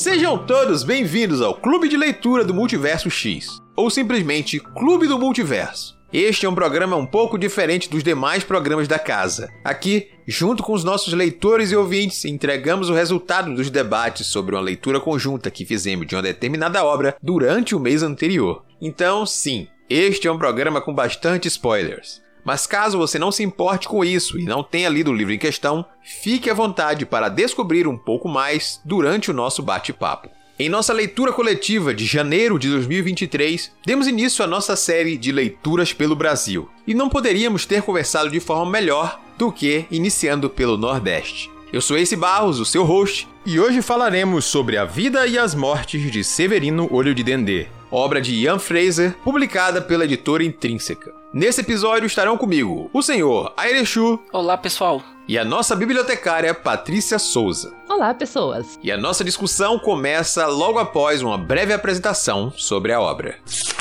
Sejam todos bem-vindos ao Clube de Leitura do Multiverso X, ou simplesmente Clube do Multiverso. Este é um programa um pouco diferente dos demais programas da casa. Aqui, junto com os nossos leitores e ouvintes, entregamos o resultado dos debates sobre uma leitura conjunta que fizemos de uma determinada obra durante o mês anterior. Então, sim, este é um programa com bastante spoilers. Mas caso você não se importe com isso e não tenha lido o livro em questão, fique à vontade para descobrir um pouco mais durante o nosso bate-papo. Em nossa leitura coletiva de janeiro de 2023, demos início à nossa série de leituras pelo Brasil. E não poderíamos ter conversado de forma melhor do que iniciando pelo Nordeste. Eu sou Ace Barros, o seu host, e hoje falaremos sobre A Vida e as Mortes de Severino Olho de Dendê, obra de Ian Fraser, publicada pela editora Intrínseca. Nesse episódio estarão comigo o senhor Airechu. Olá, pessoal. E a nossa bibliotecária Patrícia Souza. Olá, pessoas. E a nossa discussão começa logo após uma breve apresentação sobre a obra.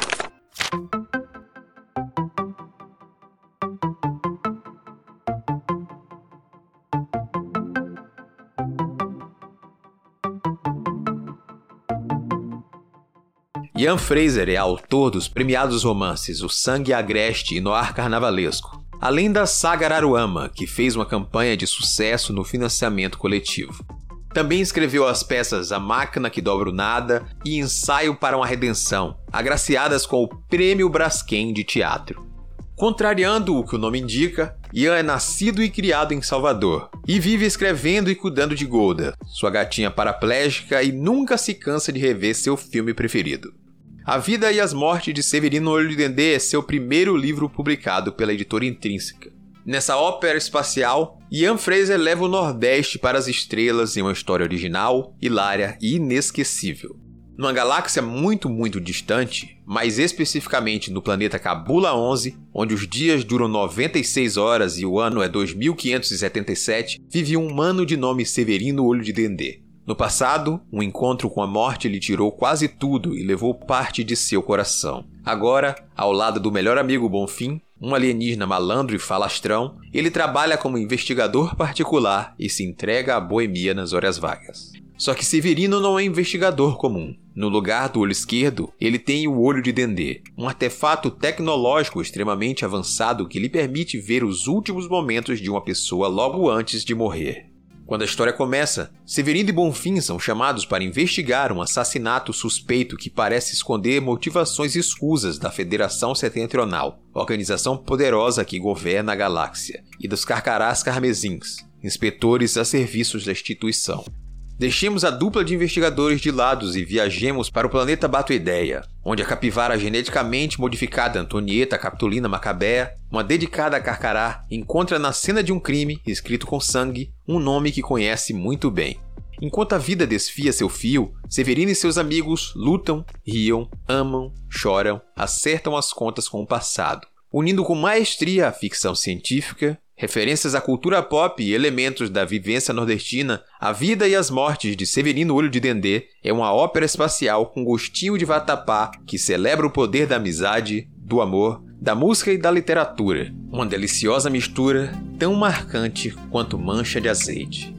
Ian Fraser é autor dos premiados romances O Sangue Agreste e Noir Carnavalesco, além da saga Araruama, que fez uma campanha de sucesso no financiamento coletivo. Também escreveu as peças A Máquina que Dobra o Nada e Ensaio para uma Redenção, agraciadas com o Prêmio Braskem de Teatro. Contrariando o que o nome indica, Ian é nascido e criado em Salvador, e vive escrevendo e cuidando de Golda, sua gatinha paraplégica, e nunca se cansa de rever seu filme preferido. A Vida e as Mortes de Severino Olho de Dendê é seu primeiro livro publicado pela editora Intrínseca. Nessa ópera espacial, Ian Fraser leva o Nordeste para as estrelas em uma história original, hilária e inesquecível. Numa galáxia muito distante, mais especificamente no planeta Cabula 11, onde os dias duram 96 horas e o ano é 2577, vive um humano de nome Severino Olho de Dendê. No passado, um encontro com a morte lhe tirou quase tudo e levou parte de seu coração. Agora, ao lado do melhor amigo Bonfim, um alienígena malandro e falastrão, ele trabalha como investigador particular e se entrega à boemia nas horas vagas. Só que Severino não é investigador comum. No lugar do olho esquerdo, ele tem o Olho de Dendê, um artefato tecnológico extremamente avançado que lhe permite ver os últimos momentos de uma pessoa logo antes de morrer. Quando a história começa, Severino e Bonfim são chamados para investigar um assassinato suspeito que parece esconder motivações escusas da Federação Setentrional, organização poderosa que governa a galáxia, e dos Carcarás Carmesins, inspetores a serviços da instituição. Deixemos a dupla de investigadores de lado e viajemos para o planeta Batoideia, onde a capivara geneticamente modificada Antonieta Capitolina Macabea, uma dedicada a Carcará, encontra na cena de um crime, escrito com sangue, um nome que conhece muito bem. Enquanto a vida desfia seu fio, Severino e seus amigos lutam, riam, amam, choram, acertam as contas com o passado, unindo com maestria a ficção científica, referências à cultura pop e elementos da vivência nordestina. A Vida e as Mortes de Severino Olho de Dendê é uma ópera espacial com gostinho de vatapá que celebra o poder da amizade, do amor, da música e da literatura. Uma deliciosa mistura tão marcante quanto mancha de azeite.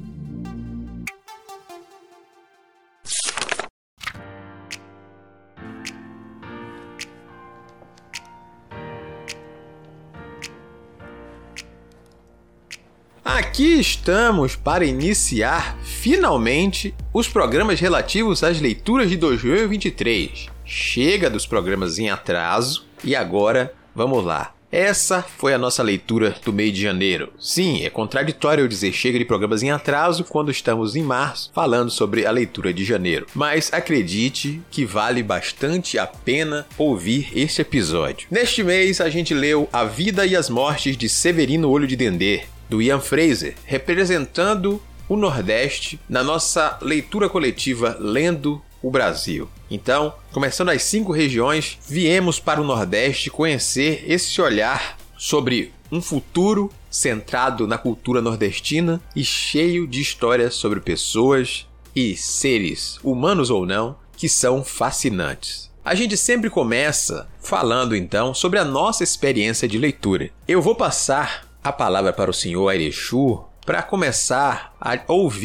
Aqui estamos para iniciar, finalmente, os programas relativos às leituras de 2023. Chega dos programas em atraso e agora, vamos lá. Essa foi a nossa leitura do mês de janeiro. Sim, é contraditório dizer chega de programas em atraso quando estamos em março falando sobre a leitura de janeiro. Mas acredite que vale bastante a pena ouvir este episódio. Neste mês a gente leu A Vida e as Mortes de Severino Olho de Dendê, do Ian Fraser, representando o Nordeste na nossa leitura coletiva Lendo o Brasil. Então, começando as 5 regiões, viemos para o Nordeste conhecer esse olhar sobre um futuro centrado na cultura nordestina e cheio de histórias sobre pessoas e seres, humanos ou não, que são fascinantes. A gente sempre começa falando então sobre a nossa experiência de leitura. Eu vou passar a palavra para o senhor Airechu para começar a ouvir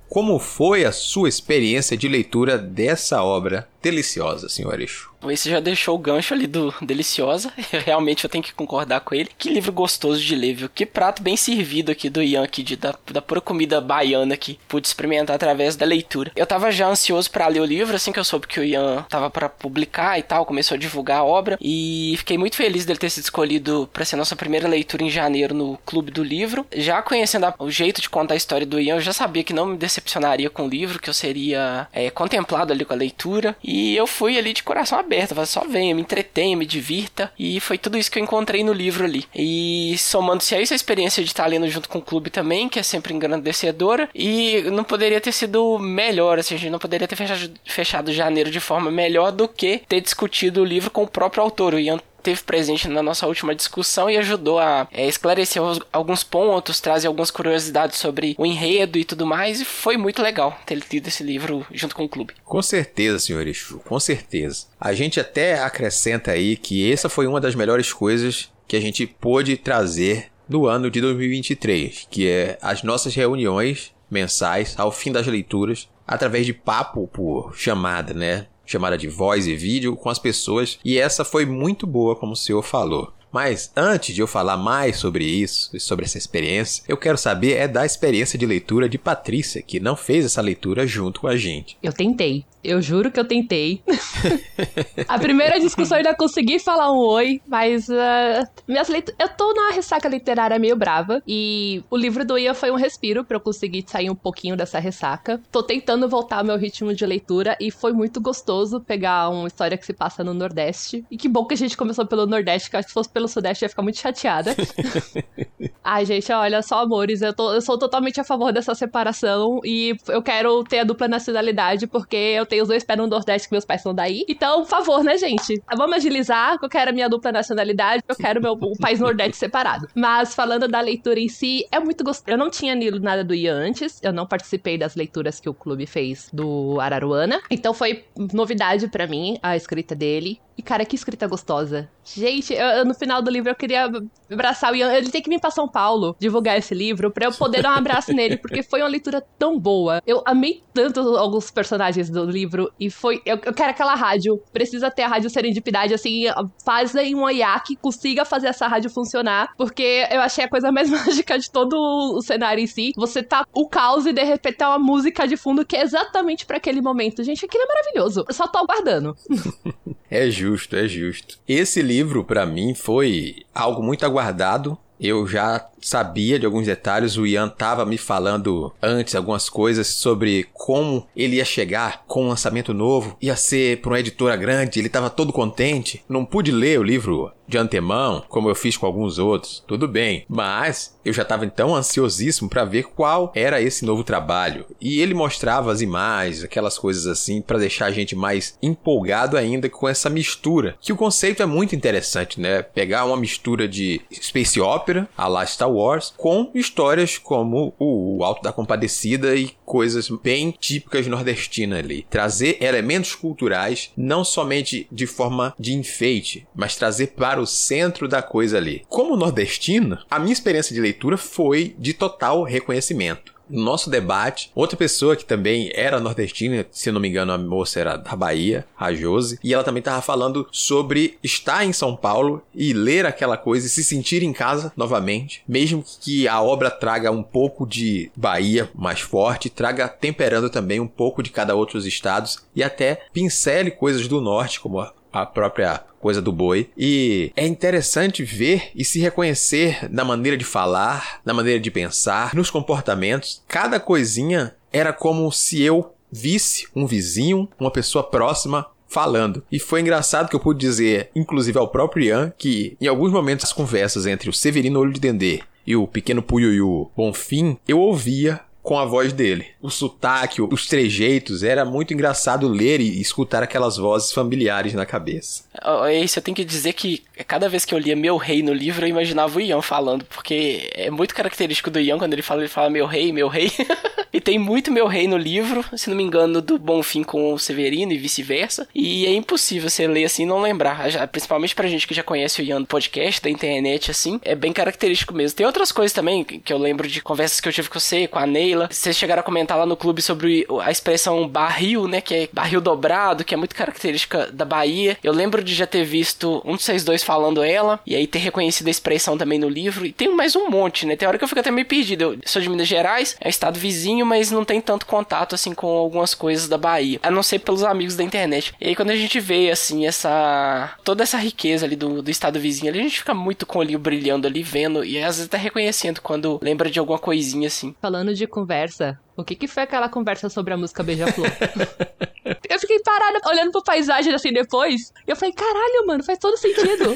como foi a sua experiência de leitura dessa obra deliciosa, Sr. Exu? Você já deixou o gancho ali do Deliciosa. Realmente eu tenho que concordar com ele. Que livro gostoso de ler, viu? Que prato bem servido aqui do Ian, aqui da pura comida baiana que pude experimentar através da leitura. Eu tava já ansioso pra ler o livro, assim que eu soube que o Ian tava pra publicar e tal, começou a divulgar a obra. E fiquei muito feliz dele ter sido escolhido pra ser nossa primeira leitura em janeiro no Clube do Livro. Já conhecendo o jeito de contar a história do Ian, eu já sabia que não me decepcionaria com o livro, que eu seria contemplado ali com a leitura. E eu fui ali de coração aberto, falei, só venha, me entretenha, me divirta. E foi tudo isso que eu encontrei no livro ali. E somando-se a isso, a experiência de estar lendo junto com o clube também, que é sempre engrandecedora. E não poderia ter sido melhor, assim, a gente não poderia ter fechado janeiro de forma melhor do que ter discutido o livro com o próprio autor, o Ian. Teve presente na nossa última discussão e ajudou a esclarecer alguns pontos, trazer algumas curiosidades sobre o enredo e tudo mais, e foi muito legal ter lido esse livro junto com o clube. Com certeza, Sr. Exu, com certeza. A gente até acrescenta aí que essa foi uma das melhores coisas que a gente pôde trazer no ano de 2023, que é as nossas reuniões mensais ao fim das leituras, através de papo por chamada, né? Chamada de voz e vídeo com as pessoas, e essa foi muito boa, como o senhor falou. Mas antes de eu falar mais sobre isso, sobre essa experiência, eu quero saber da experiência de leitura de Patrícia, que não fez essa leitura junto com a gente. Eu tentei. Eu juro que eu tentei. A primeira discussão eu ainda consegui falar um oi, mas eu tô numa ressaca literária meio brava, e o livro do Ian foi um respiro pra eu conseguir sair um pouquinho dessa ressaca. Tô tentando voltar ao meu ritmo de leitura, e foi muito gostoso pegar uma história que se passa no Nordeste. E que bom que a gente começou pelo Nordeste, que acho que se fosse pelo Sudeste eu ia ficar muito chateada. Ai, gente, olha só, amores, eu sou totalmente a favor dessa separação, e eu quero ter a dupla nacionalidade, porque eu tenho os 2 pés no Nordeste, que meus pais são daí. Então, por favor, né, gente? Vamos agilizar, que eu quero a minha dupla nacionalidade, eu quero o país Nordeste separado. Mas, falando da leitura em si, é muito gostoso. Eu não tinha lido nada do Ian antes, eu não participei das leituras que o clube fez do Araruana. Então, foi novidade pra mim, a escrita dele. E, cara, que escrita gostosa. Gente, no final do livro eu queria abraçar o Ian. Ele tem que vir pra São Paulo divulgar esse livro pra eu poder dar um abraço nele, porque foi uma leitura tão boa. Eu amei tanto alguns personagens do livro, e foi... Eu quero aquela rádio. Precisa ter a rádio Serendipidade, assim, fazem um IA que consiga fazer essa rádio funcionar, porque eu achei a coisa mais mágica de todo o cenário em si. Você tá o caos e de repente tá uma música de fundo que é exatamente pra aquele momento. Gente, aquilo é maravilhoso. Eu só tô aguardando. É justo, é justo. Esse livro, pra mim, foi algo muito aguardado. Eu já sabia de alguns detalhes, o Ian tava me falando antes algumas coisas sobre como ele ia chegar com um lançamento novo, ia ser para uma editora grande, ele tava todo contente. Não pude ler o livro de antemão, como eu fiz com alguns outros, tudo bem, mas eu já estava então ansiosíssimo para ver qual era esse novo trabalho, e ele mostrava as imagens, aquelas coisas assim, para deixar a gente mais empolgado ainda com essa mistura, que o conceito é muito interessante, né? Pegar uma mistura de space opera, a la Star Wars, com histórias como o Alto da Compadecida e coisas bem típicas nordestinas ali. Trazer elementos culturais, não somente de forma de enfeite, mas trazer para o centro da coisa ali. Como nordestino, a minha experiência de leitura foi de total reconhecimento. No nosso debate, outra pessoa que também era nordestina, se não me engano a moça era da Bahia, a Josi, e ela também estava falando sobre estar em São Paulo e ler aquela coisa e se sentir em casa novamente, mesmo que a obra traga um pouco de Bahia mais forte, traga temperando também um pouco de cada outro dos estados e até pincele coisas do norte, como a própria coisa do boi. E é interessante ver e se reconhecer na maneira de falar, na maneira de pensar, nos comportamentos. Cada coisinha era como se eu visse um vizinho, uma pessoa próxima falando. E foi engraçado que eu pude dizer, inclusive ao próprio Ian, que em alguns momentos as conversas entre o Severino Olho de Dendê e o pequeno Puiuiu Bonfim, eu ouvia com a voz dele. O sotaque, os trejeitos, era muito engraçado ler e escutar aquelas vozes familiares na cabeça. Isso, eu tenho que dizer que cada vez que eu lia Meu Rei no livro, eu imaginava o Ian falando, porque é muito característico do Ian, quando ele fala meu rei, meu rei. E tem muito Meu Rei no livro, se não me engano, do Bonfim com o Severino e vice-versa. E é impossível você ler assim e não lembrar. Principalmente pra gente que já conhece o Ian do podcast, da internet, assim, é bem característico mesmo. Tem outras coisas também que eu lembro de conversas que eu tive com você, com a Ney, Sheila. Vocês chegaram a comentar lá no clube sobre a expressão barril, né? Que é barril dobrado, que é muito característica da Bahia. Eu lembro de já ter visto um de vocês dois falando ela, e aí ter reconhecido a expressão também no livro. E tem mais um monte, né? Tem hora que eu fico até meio perdido. Eu sou de Minas Gerais, é um estado vizinho, mas não tem tanto contato, assim, com algumas coisas da Bahia. A não ser pelos amigos da internet. E aí quando a gente vê, assim, toda essa riqueza ali do estado vizinho, ali, a gente fica muito com o olho brilhando ali, vendo, e às vezes até reconhecendo quando lembra de alguma coisinha, assim. Falando de conversa, o que foi aquela conversa sobre a música Beija-Flor? Eu fiquei parada olhando pra paisagem assim depois, e eu falei, caralho, mano, faz todo sentido.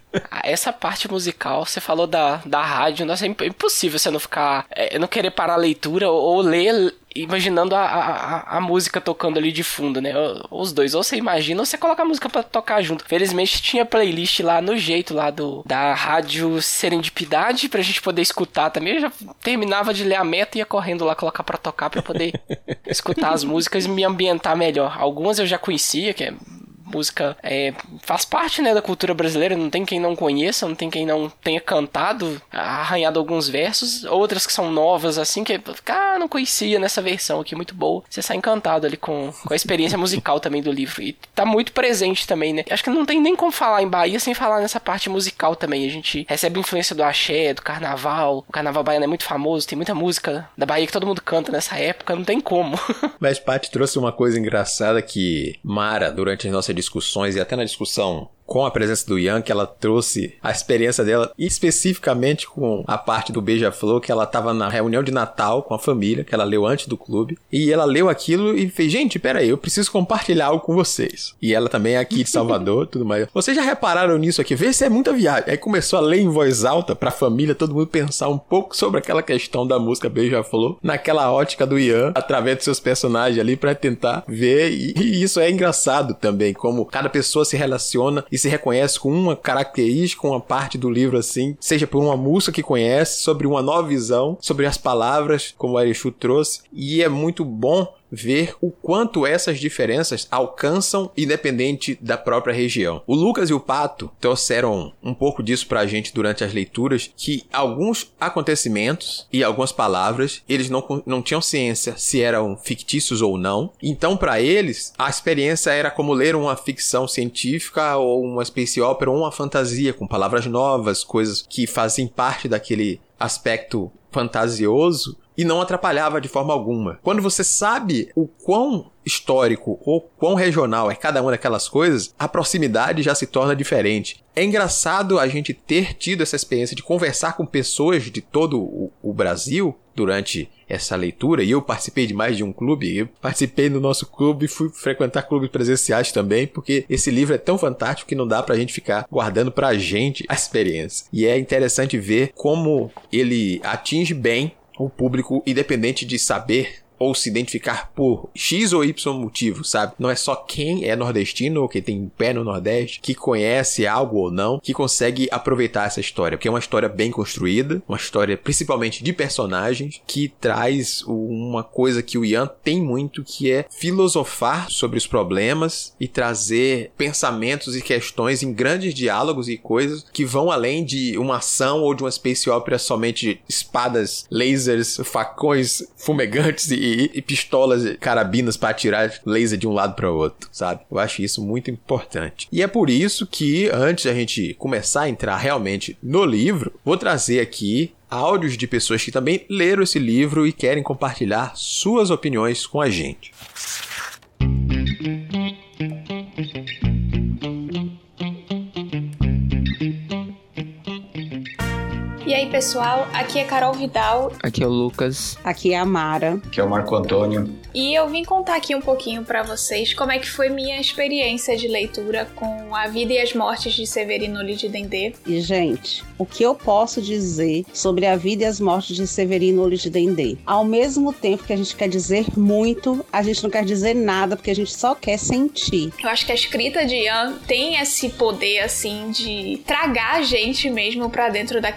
Essa parte musical, você falou da rádio, nossa, é impossível você não ficar, não querer parar a leitura ou ler imaginando a música tocando ali de fundo, né? Os dois, ou você imagina ou você coloca a música pra tocar junto. Felizmente tinha playlist lá no jeito lá da rádio Serendipidade pra gente poder escutar também. Eu já terminava de ler a meta e ia correndo lá colocar pra tocar pra eu poder escutar as músicas e me ambientar melhor. Algumas eu já conhecia, que é música faz parte, né, da cultura brasileira, não tem quem não conheça, não tem quem não tenha cantado, arranhado alguns versos, outras que são novas, assim, que não conhecia nessa versão aqui, muito boa. Você sai encantado ali com a experiência musical também do livro, e tá muito presente também, né. Acho que não tem nem como falar em Bahia sem falar nessa parte musical também. A gente recebe influência do axé, do carnaval, o carnaval baiano é muito famoso, tem muita música da Bahia que todo mundo canta nessa época, não tem como. Mas Paty trouxe uma coisa engraçada que Mara, durante a nossa discussões e até na discussão com a presença do Ian, que ela trouxe a experiência dela, especificamente com a parte do Beija-Flor, que ela estava na reunião de Natal com a família, que ela leu antes do clube, e ela leu aquilo e fez, gente, peraí, eu preciso compartilhar algo com vocês. E ela também é aqui de Salvador, tudo mais. Vocês já repararam nisso aqui? Vê se é muita viagem. Aí começou a ler em voz alta pra família, todo mundo pensar um pouco sobre aquela questão da música Beija-Flor, naquela ótica do Ian, através dos seus personagens ali, pra tentar ver, e isso é engraçado também, como cada pessoa se relaciona e se reconhece com uma característica, uma parte do livro assim, seja por uma música que conhece, sobre uma nova visão, sobre as palavras, como o Arechu trouxe, e é muito bom ver o quanto essas diferenças alcançam independente da própria região. O Lucas e o Pato trouxeram um pouco disso pra gente durante as leituras, que alguns acontecimentos e algumas palavras, eles não tinham ciência se eram fictícios ou não. Então, pra eles, a experiência era como ler uma ficção científica ou uma space opera ou uma fantasia, com palavras novas, coisas que fazem parte daquele aspecto fantasioso, e não atrapalhava de forma alguma. Quando você sabe o quão histórico ou quão regional é cada uma daquelas coisas, a proximidade já se torna diferente. É engraçado a gente ter tido essa experiência de conversar com pessoas de todo o Brasil durante essa leitura, e eu participei de mais de um clube, eu participei do nosso clube, fui frequentar clubes presenciais também, porque esse livro é tão fantástico que não dá pra gente ficar guardando pra gente a experiência. E é interessante ver como ele atinge bem o público, independente de saber ou se identificar por X ou Y motivo, sabe? Não é só quem é nordestino ou quem tem pé no Nordeste que conhece algo ou não, que consegue aproveitar essa história, porque é uma história bem construída, uma história principalmente de personagens, que traz uma coisa que o Ian tem muito, que é filosofar sobre os problemas e trazer pensamentos e questões em grandes diálogos e coisas que vão além de uma ação ou de uma space opera somente de espadas, lasers, facões fumegantes e pistolas, carabinas para atirar laser de um lado para o outro, sabe? Eu acho isso muito importante. E é por isso que, antes da gente começar a entrar realmente no livro, vou trazer aqui áudios de pessoas que também leram esse livro e querem compartilhar suas opiniões com a gente. E aí, pessoal, aqui é Carol Vidal. Aqui é o Lucas. Aqui é a Mara. Aqui é o Marco Antônio. E eu vim contar aqui um pouquinho pra vocês como é que foi minha experiência de leitura com A Vida e as Mortes de Severino Lee de Dendê. E, gente, o que eu posso dizer sobre A Vida e as Mortes de Severino Lee de Dendê? Ao mesmo tempo que a gente quer dizer muito, a gente não quer dizer nada, porque a gente só quer sentir. Eu acho que a escrita de Ian tem esse poder, assim, de tragar a gente mesmo pra dentro daquela narrativa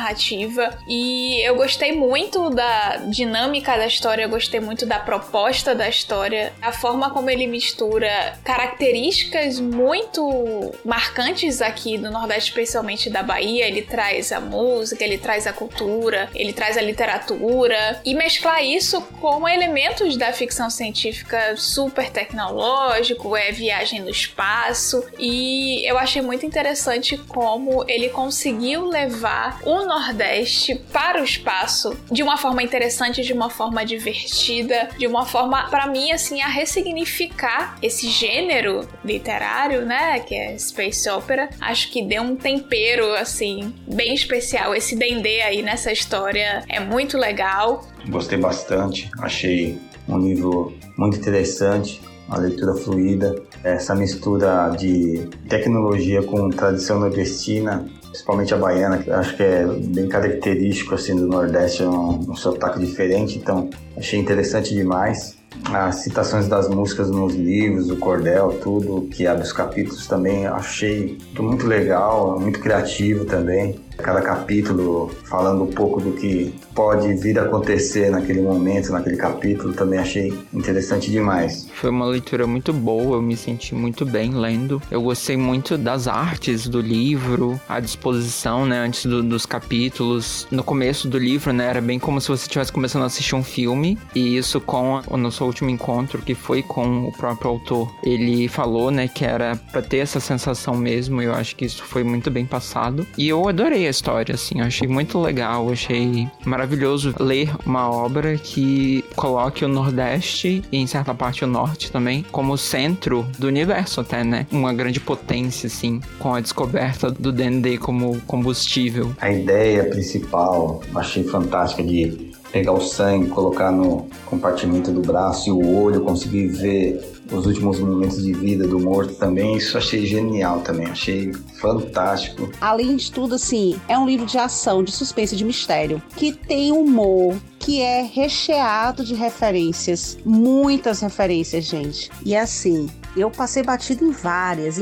narrativa. E eu gostei muito da dinâmica da história, eu gostei muito da proposta da história, a forma como ele mistura características muito marcantes aqui do Nordeste, especialmente da Bahia. Ele traz a música, ele traz a cultura, ele traz a literatura, e mesclar isso com elementos da ficção científica super tecnológico, viagem no espaço. E eu achei muito interessante como ele conseguiu levar o Nordeste para o espaço de uma forma interessante, de uma forma divertida, de uma forma, pra mim, assim, a ressignificar esse gênero literário, né, que é Space Opera. Acho que deu um tempero, assim, bem especial. Esse D&D aí nessa história é muito legal. Gostei bastante, achei um livro muito interessante, uma leitura fluida, essa mistura de tecnologia com tradição nordestina, principalmente a baiana, que eu acho que é bem característico assim, do Nordeste, um sotaque diferente, então achei interessante demais. As citações das músicas nos livros, o cordel, tudo que abre os capítulos também, achei muito legal, muito criativo também. Cada capítulo falando um pouco do que pode vir a acontecer naquele momento, naquele capítulo, também achei interessante demais. Foi uma leitura muito boa, eu me senti muito bem lendo. Eu gostei muito das artes do livro, a disposição, né, antes dos capítulos. No começo do livro, né, era bem como se você estivesse começando a assistir um filme, e isso com o nosso último encontro, que foi com o próprio autor. Ele falou, né, que era pra ter essa sensação mesmo, e eu acho que isso foi muito bem passado. E eu adorei a história, assim, eu achei muito legal, achei maravilhoso ler uma obra que coloque o Nordeste, e em certa parte o Norte também, como centro do universo até, né? Uma grande potência, assim, com a descoberta do D&D como combustível. A ideia principal, achei fantástica, de pegar o sangue, colocar no compartimento do braço e o olho, conseguir ver os últimos momentos de vida do morto também, isso achei genial também, achei fantástico. Além de tudo, assim, é um livro de ação, de suspense, de mistério, que tem humor, que é recheado de referências, muitas referências, gente. E assim, eu passei batido em várias.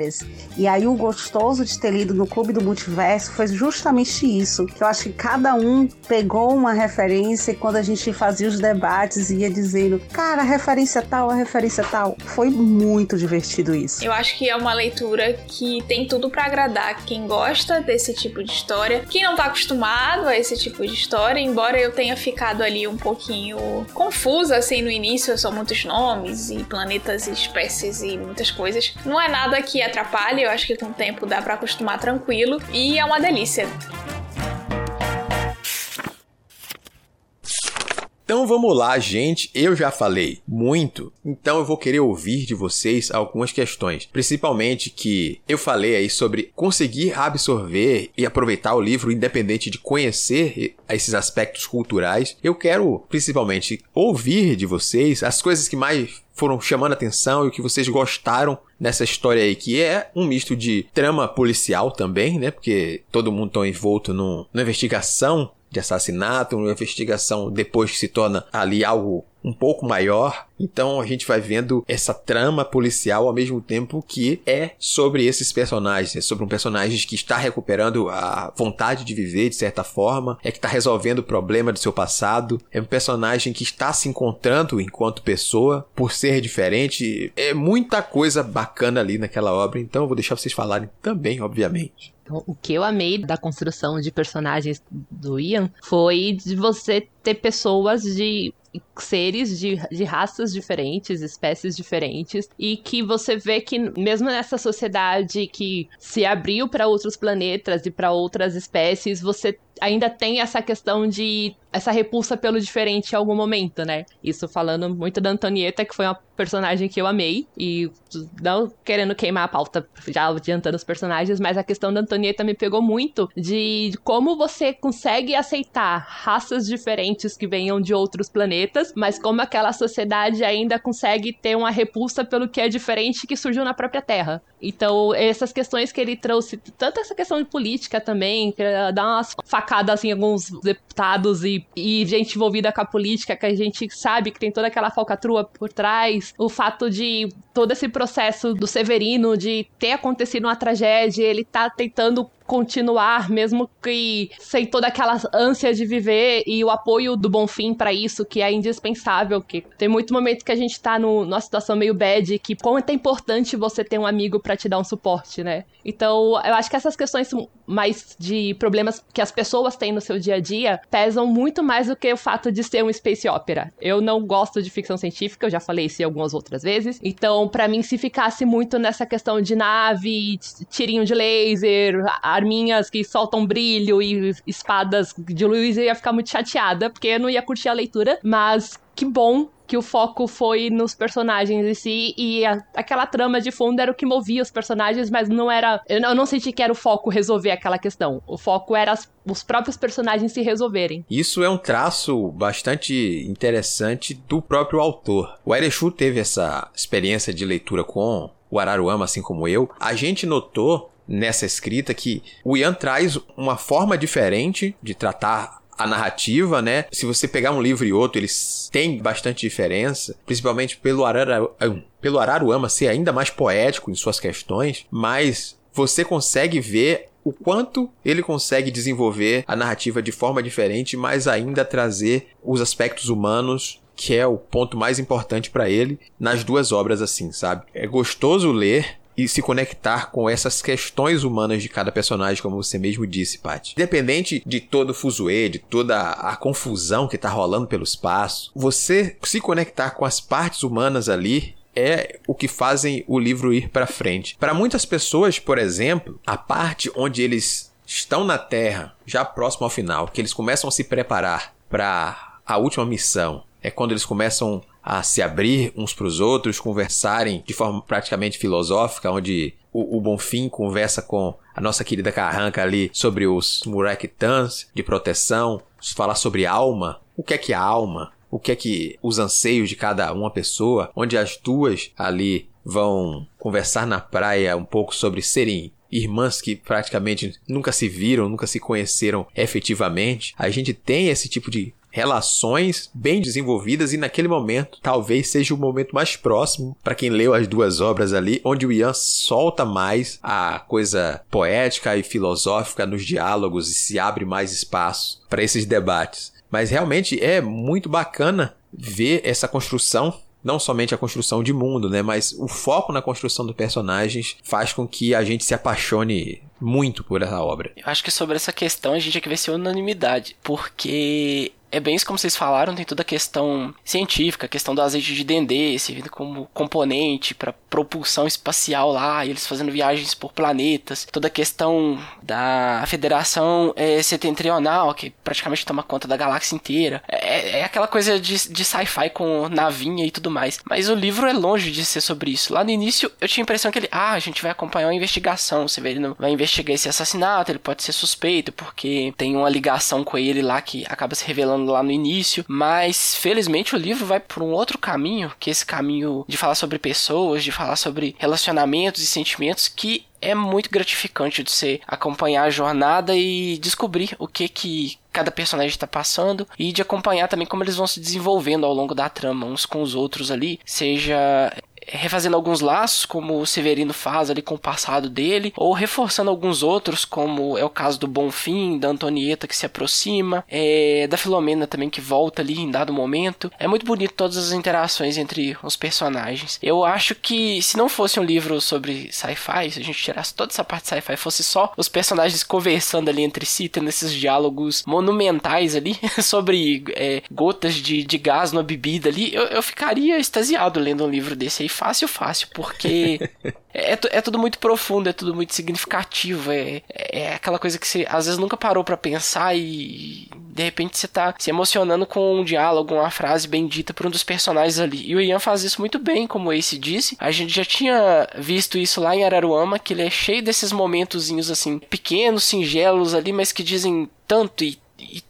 E aí o gostoso de ter lido no Clube do Multiverso foi justamente isso, que eu acho que cada um pegou uma referência, e quando a gente fazia os debates ia dizendo, cara, a referência tal. Foi muito divertido isso. Eu acho que é uma leitura que tem tudo pra agradar quem gosta desse tipo de história, quem não tá acostumado a esse tipo de história, embora eu tenha ficado ali um pouquinho confusa, assim, no início, são muitos nomes e planetas e espécies e muitas coisas. Não é nada que atrapalhe, eu acho que com o tempo dá pra acostumar tranquilo, e é uma delícia. Então vamos lá, gente. Eu já falei muito, então eu vou querer ouvir de vocês algumas questões. Principalmente que eu falei aí sobre conseguir absorver e aproveitar o livro independente de conhecer esses aspectos culturais. Eu quero principalmente ouvir de vocês as coisas que mais foram chamando a atenção e o que vocês gostaram nessa história aí, que é um misto de trama policial também, né? Porque todo mundo está envolto numa investigação de assassinato, uma investigação depois que se torna ali algo um pouco maior. Então a gente vai vendo essa trama policial ao mesmo tempo que é sobre esses personagens, é sobre um personagem que está recuperando a vontade de viver de certa forma, é que está resolvendo o problema do seu passado, é um personagem que está se encontrando enquanto pessoa por ser diferente. É muita coisa bacana ali naquela obra, então eu vou deixar vocês falarem também, obviamente. Então, o que eu amei da construção de personagens do Ian foi de você ter pessoas de seres de raças diferentes, espécies diferentes, e que você vê que mesmo nessa sociedade que se abriu para outros planetas e para outras espécies, você ainda tem essa questão de essa repulsa pelo diferente em algum momento, né? Isso falando muito da Antonieta, que foi uma personagem que eu amei, e não querendo queimar a pauta já adiantando os personagens, mas a questão da Antonieta me pegou muito de como você consegue aceitar raças diferentes que venham de outros planetas, mas como aquela sociedade ainda consegue ter uma repulsa pelo que é diferente que surgiu na própria Terra. Então, essas questões que ele trouxe, tanto essa questão de política também, que dá umas facadas em alguns deputados e gente envolvida com a política, que a gente sabe que tem toda aquela falcatrua por trás, o fato de todo esse processo do Severino, de ter acontecido uma tragédia, ele tá tentando continuar, mesmo que sem toda aquela ânsia de viver e o apoio do Bonfim pra isso, que é indispensável, que tem muito momento que a gente tá numa situação meio bad, que quanto é importante você ter um amigo pra te dar um suporte, né? Então, eu acho que essas questões mais de problemas que as pessoas têm no seu dia a dia pesam muito mais do que o fato de ser um space opera. Eu não gosto de ficção científica, eu já falei isso algumas outras vezes. Então, pra mim, se ficasse muito nessa questão de nave, tirinho de laser, arminhas que soltam brilho e espadas de luz, eu ia ficar muito chateada, porque eu não ia curtir a leitura. Mas que bom que o foco foi nos personagens em si, e aquela trama de fundo era o que movia os personagens, mas não era... Eu não senti que era o foco resolver aquela questão. O foco era os próprios personagens se resolverem. Isso é um traço bastante interessante do próprio autor. O Erechu teve essa experiência de leitura com o Araruama, assim como eu. A gente notou nessa escrita que o Ian traz uma forma diferente de tratar a narrativa, né? Se você pegar um livro e outro, eles têm bastante diferença, principalmente pelo Araruama ser ainda mais poético em suas questões, mas você consegue ver o quanto ele consegue desenvolver a narrativa de forma diferente, mas ainda trazer os aspectos humanos, que é o ponto mais importante para ele, nas duas obras assim, sabe? É gostoso ler e se conectar com essas questões humanas de cada personagem, como você mesmo disse, Paty. Independente de todo o fuzuê, de toda a confusão que tá rolando pelo espaço, você se conectar com as partes humanas ali é o que fazem o livro ir pra frente. Para muitas pessoas, por exemplo, a parte onde eles estão na Terra, já próximo ao final, que eles começam a se preparar para a última missão, é quando eles começam a se abrir uns para os outros, conversarem de forma praticamente filosófica, onde o Bonfim conversa com a nossa querida Carranca ali sobre os Murektans de proteção, falar sobre alma, o que é a alma, o que é que os anseios de cada uma pessoa, onde as duas ali vão conversar na praia um pouco sobre serem irmãs que praticamente nunca se viram, nunca se conheceram efetivamente. A gente tem esse tipo de relações bem desenvolvidas e naquele momento talvez seja o momento mais próximo para quem leu as duas obras ali, onde o Ian solta mais a coisa poética e filosófica nos diálogos e se abre mais espaço para esses debates. Mas realmente é muito bacana ver essa construção, não somente a construção de mundo, né, mas o foco na construção dos personagens faz com que a gente se apaixone muito por essa obra. Eu acho que sobre essa questão a gente aqui vai ser unanimidade, porque é bem isso como vocês falaram, tem toda a questão científica, a questão do azeite de dendê, servindo como componente para propulsão espacial lá, e eles fazendo viagens por planetas, toda a questão da Federação Setentrional, que praticamente toma conta da galáxia inteira. É aquela coisa de sci-fi com navinha e tudo mais. Mas o livro é longe de ser sobre isso. Lá no início eu tinha a impressão que a gente vai acompanhar uma investigação, você vê, ele não vai investigar esse assassinato, ele pode ser suspeito, porque tem uma ligação com ele lá que acaba se revelando lá no início, mas felizmente o livro vai por um outro caminho, que é esse caminho de falar sobre pessoas, de falar sobre relacionamentos e sentimentos, que é muito gratificante de você acompanhar a jornada e descobrir o que cada personagem está passando, e de acompanhar também como eles vão se desenvolvendo ao longo da trama, uns com os outros ali, seja refazendo alguns laços, como o Severino faz ali com o passado dele, ou reforçando alguns outros, como é o caso do Bonfim, da Antonieta que se aproxima, da Filomena também que volta ali em dado momento. É muito bonito todas as interações entre os personagens. Eu acho que se não fosse um livro sobre sci-fi, se a gente tirasse toda essa parte sci-fi, fosse só os personagens conversando ali entre si, tendo esses diálogos monumentais ali sobre gotas de gás na bebida ali, eu ficaria extasiado lendo um livro desse aí, fácil, porque é tudo muito profundo, é tudo muito significativo, é aquela coisa que você às vezes nunca parou pra pensar e de repente você tá se emocionando com um diálogo, uma frase bem dita por um dos personagens ali. E o Ian faz isso muito bem, como o Ace disse. A gente já tinha visto isso lá em Araruama, que ele é cheio desses momentozinhos assim, pequenos, singelos ali, mas que dizem tanto e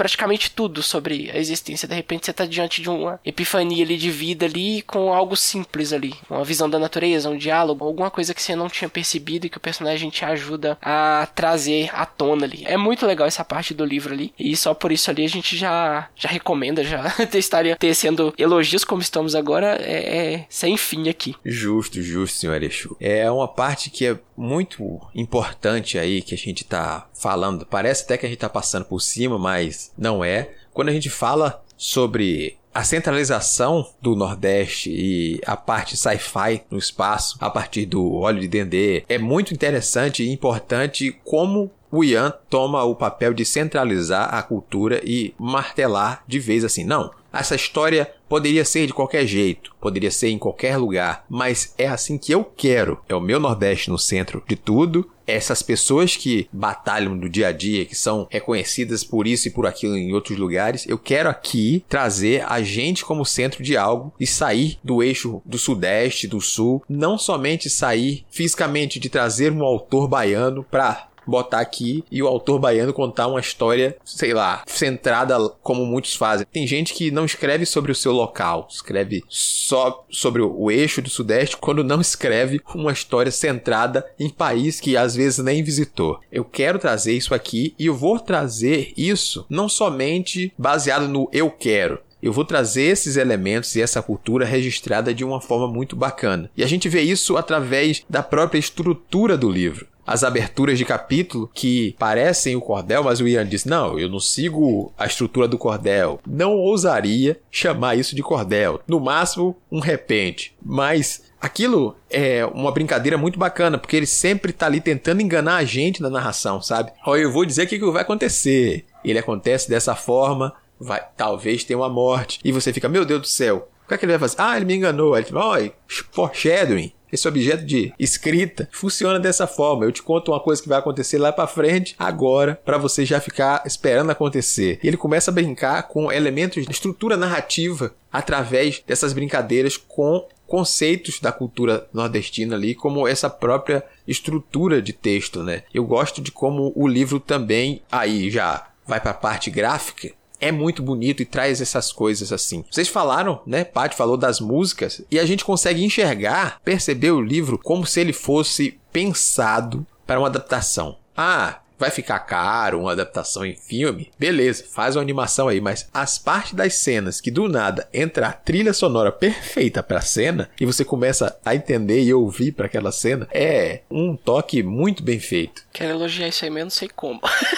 praticamente tudo sobre a existência. De repente você tá diante de uma epifania ali de vida ali, com algo simples ali, uma visão da natureza, um diálogo, alguma coisa que você não tinha percebido e que o personagem te ajuda a trazer à tona ali. É muito legal essa parte do livro ali, e só por isso ali a gente já recomenda, já estaria tecendo elogios como estamos agora, sem fim aqui. Justo, senhor Exu. É uma parte que é muito importante aí que a gente tá falando. Parece até que a gente tá passando por cima, mas não é. Quando a gente fala sobre a centralização do Nordeste e a parte sci-fi no espaço a partir do óleo de dendê, é muito interessante e importante como o Ian toma o papel de centralizar a cultura e martelar de vez assim, não, essa história poderia ser de qualquer jeito, poderia ser em qualquer lugar, mas é assim que eu quero. É o meu Nordeste no centro de tudo, essas pessoas que batalham no dia a dia, que são reconhecidas por isso e por aquilo em outros lugares, eu quero aqui trazer a gente como centro de algo e sair do eixo do Sudeste, do Sul, não somente sair fisicamente de trazer um autor baiano para botar aqui e o autor baiano contar uma história, sei lá, centrada como muitos fazem. Tem gente que não escreve sobre o seu local, escreve só sobre o eixo do Sudeste, quando não escreve uma história centrada em país que às vezes nem visitou. Eu quero trazer isso aqui e eu vou trazer isso não somente baseado no eu quero. Eu vou trazer esses elementos e essa cultura registrada de uma forma muito bacana. E a gente vê isso através da própria estrutura do livro. As aberturas de capítulo que parecem o cordel, mas o Ian diz, não, eu não sigo a estrutura do cordel. Não ousaria chamar isso de cordel. No máximo, um repente. Mas aquilo é uma brincadeira muito bacana, porque ele sempre tá ali tentando enganar a gente na narração, sabe? Olha, eu vou dizer o que vai acontecer. Ele acontece dessa forma, talvez tenha uma morte. E você fica, meu Deus do céu, o que é que ele vai fazer? Ah, ele me enganou. Aí ele fala, olha, foreshadowing. Esse objeto de escrita funciona dessa forma. Eu te conto uma coisa que vai acontecer lá pra frente, agora, pra você já ficar esperando acontecer. E ele começa a brincar com elementos de estrutura narrativa através dessas brincadeiras com conceitos da cultura nordestina ali, como essa própria estrutura de texto, né? Eu gosto de como o livro também, aí já vai pra parte gráfica, é muito bonito e traz essas coisas assim. Vocês falaram, né? Paty falou das músicas e a gente consegue enxergar, perceber o livro como se ele fosse pensado para uma adaptação. Ah, vai ficar caro uma adaptação em filme? Beleza, faz uma animação aí, mas as partes das cenas que do nada entra a trilha sonora perfeita pra cena e você começa a entender e ouvir pra aquela cena, é um toque muito bem feito. Quero elogiar isso aí, mas eu não sei como.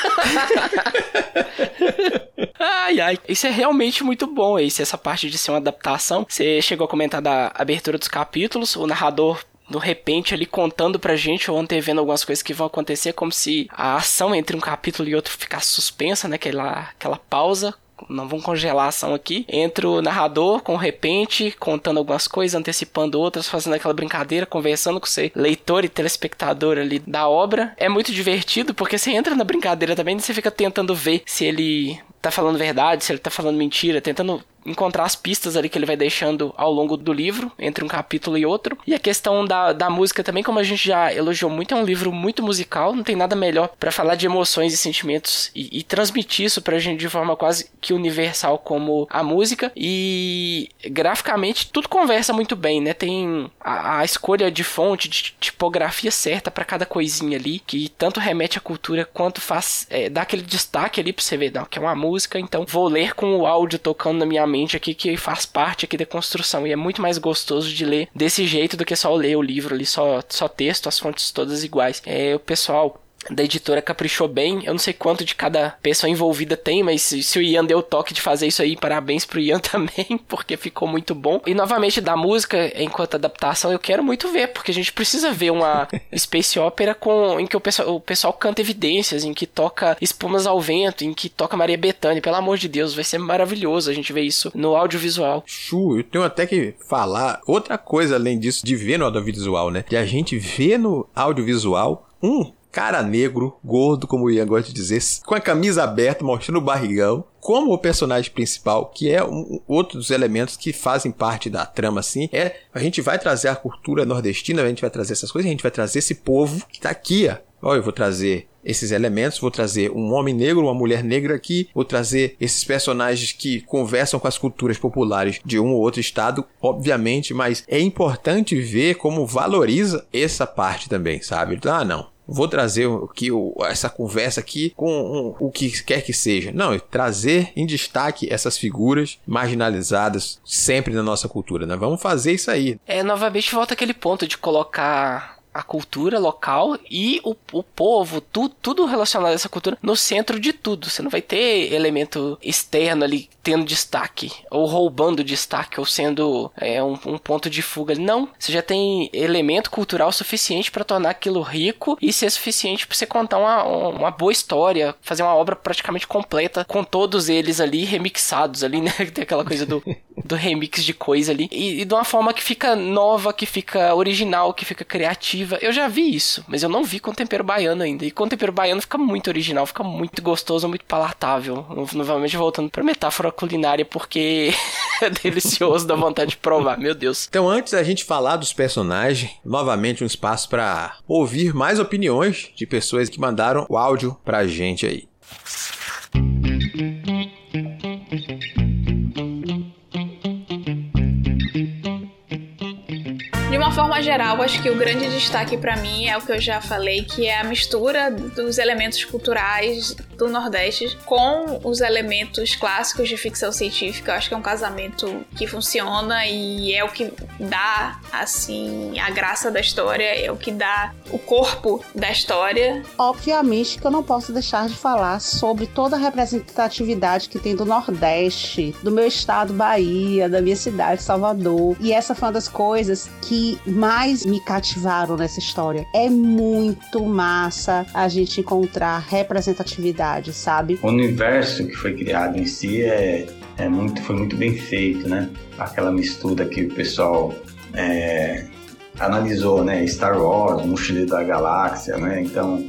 Ai, isso é realmente muito bom, essa parte de ser uma adaptação. Você chegou a comentar da abertura dos capítulos, o narrador de repente ali contando pra gente ou antevendo algumas coisas que vão acontecer, como se a ação entre um capítulo e outro ficasse suspensa, né? Aquela pausa. Não vamos congelar a ação aqui. Entra o narrador com o repente, contando algumas coisas, antecipando outras, fazendo aquela brincadeira, conversando com você, leitor e telespectador ali da obra. É muito divertido, porque você entra na brincadeira também e você fica tentando ver se ele tá falando verdade, se ele tá falando mentira, tentando encontrar as pistas ali que ele vai deixando ao longo do livro, entre um capítulo e outro. E a questão da música também, como a gente já elogiou muito, é um livro muito musical, não tem nada melhor pra falar de emoções e sentimentos e transmitir isso pra gente de forma quase que universal como a música. E graficamente tudo conversa muito bem, né? Tem a escolha de fonte, de tipografia certa pra cada coisinha ali, que tanto remete à cultura quanto faz dá aquele destaque ali pra você ver, não, que é uma música, então vou ler com o áudio tocando na minha mente aqui, que faz parte aqui da construção, e é muito mais gostoso de ler desse jeito do que só ler o livro ali, só texto, as fontes todas iguais. O pessoal da editora caprichou bem, eu não sei quanto de cada pessoa envolvida tem, mas se o Ian deu o toque de fazer isso aí, parabéns pro Ian também, porque ficou muito bom. E novamente da música, enquanto adaptação, eu quero muito ver, porque a gente precisa ver uma space opera em que o pessoal canta evidências, em que toca Espumas ao Vento, em que toca Maria Bethânia, pelo amor de Deus, vai ser maravilhoso a gente ver isso no audiovisual. Eu tenho até que falar outra coisa além disso, de ver no audiovisual, né? De a gente ver no audiovisual cara negro, gordo, como o Ian gosta de dizer, com a camisa aberta, mostrando o barrigão, como o personagem principal, que é outro dos elementos que fazem parte da trama, assim, a gente vai trazer a cultura nordestina, a gente vai trazer essas coisas, a gente vai trazer esse povo que tá aqui, ó. Eu vou trazer esses elementos, vou trazer um homem negro, uma mulher negra aqui, vou trazer esses personagens que conversam com as culturas populares de um ou outro estado, obviamente, mas é importante ver como valoriza essa parte também, sabe? Não. Vou trazer essa conversa aqui com o que quer que seja. Não, trazer em destaque essas figuras marginalizadas sempre na nossa cultura, né? Vamos fazer isso aí. Novamente volta aquele ponto de colocar a cultura local e o povo, tudo relacionado a essa cultura no centro de tudo. Você não vai ter elemento externo ali tendo destaque, ou roubando destaque, ou sendo um ponto de fuga. Não, você já tem elemento cultural suficiente para tornar aquilo rico e ser suficiente para você contar uma boa história, fazer uma obra praticamente completa com todos eles ali remixados ali, né? Tem aquela coisa do remix de coisa ali, e de uma forma que fica nova, que fica original, que fica criativa. Eu já vi isso, mas eu não vi com tempero baiano ainda. E com tempero baiano fica muito original, fica muito gostoso, muito palatável. Novamente voltando pra metáfora culinária, porque é delicioso, dá vontade de provar, meu Deus. Então, antes da gente falar dos personagens, novamente um espaço pra ouvir mais opiniões de pessoas que mandaram o áudio pra gente aí. De uma forma geral, acho que o grande destaque pra mim é o que eu já falei, que é a mistura dos elementos culturais do Nordeste com os elementos clássicos de ficção científica. Eu acho que é um casamento que funciona e é o que dá, assim, a graça da história, é o que dá o corpo da história. Obviamente que eu não posso deixar de falar sobre toda a representatividade que tem do Nordeste, do meu estado, Bahia, da minha cidade, Salvador. E essa foi uma das coisas que mais me cativaram nessa história. É muito massa a gente encontrar representatividade, sabe? O universo que foi criado em si foi muito bem feito, né? Aquela mistura que o pessoal analisou, né? Star Wars, Mochileiro da Galáxia, né? Então,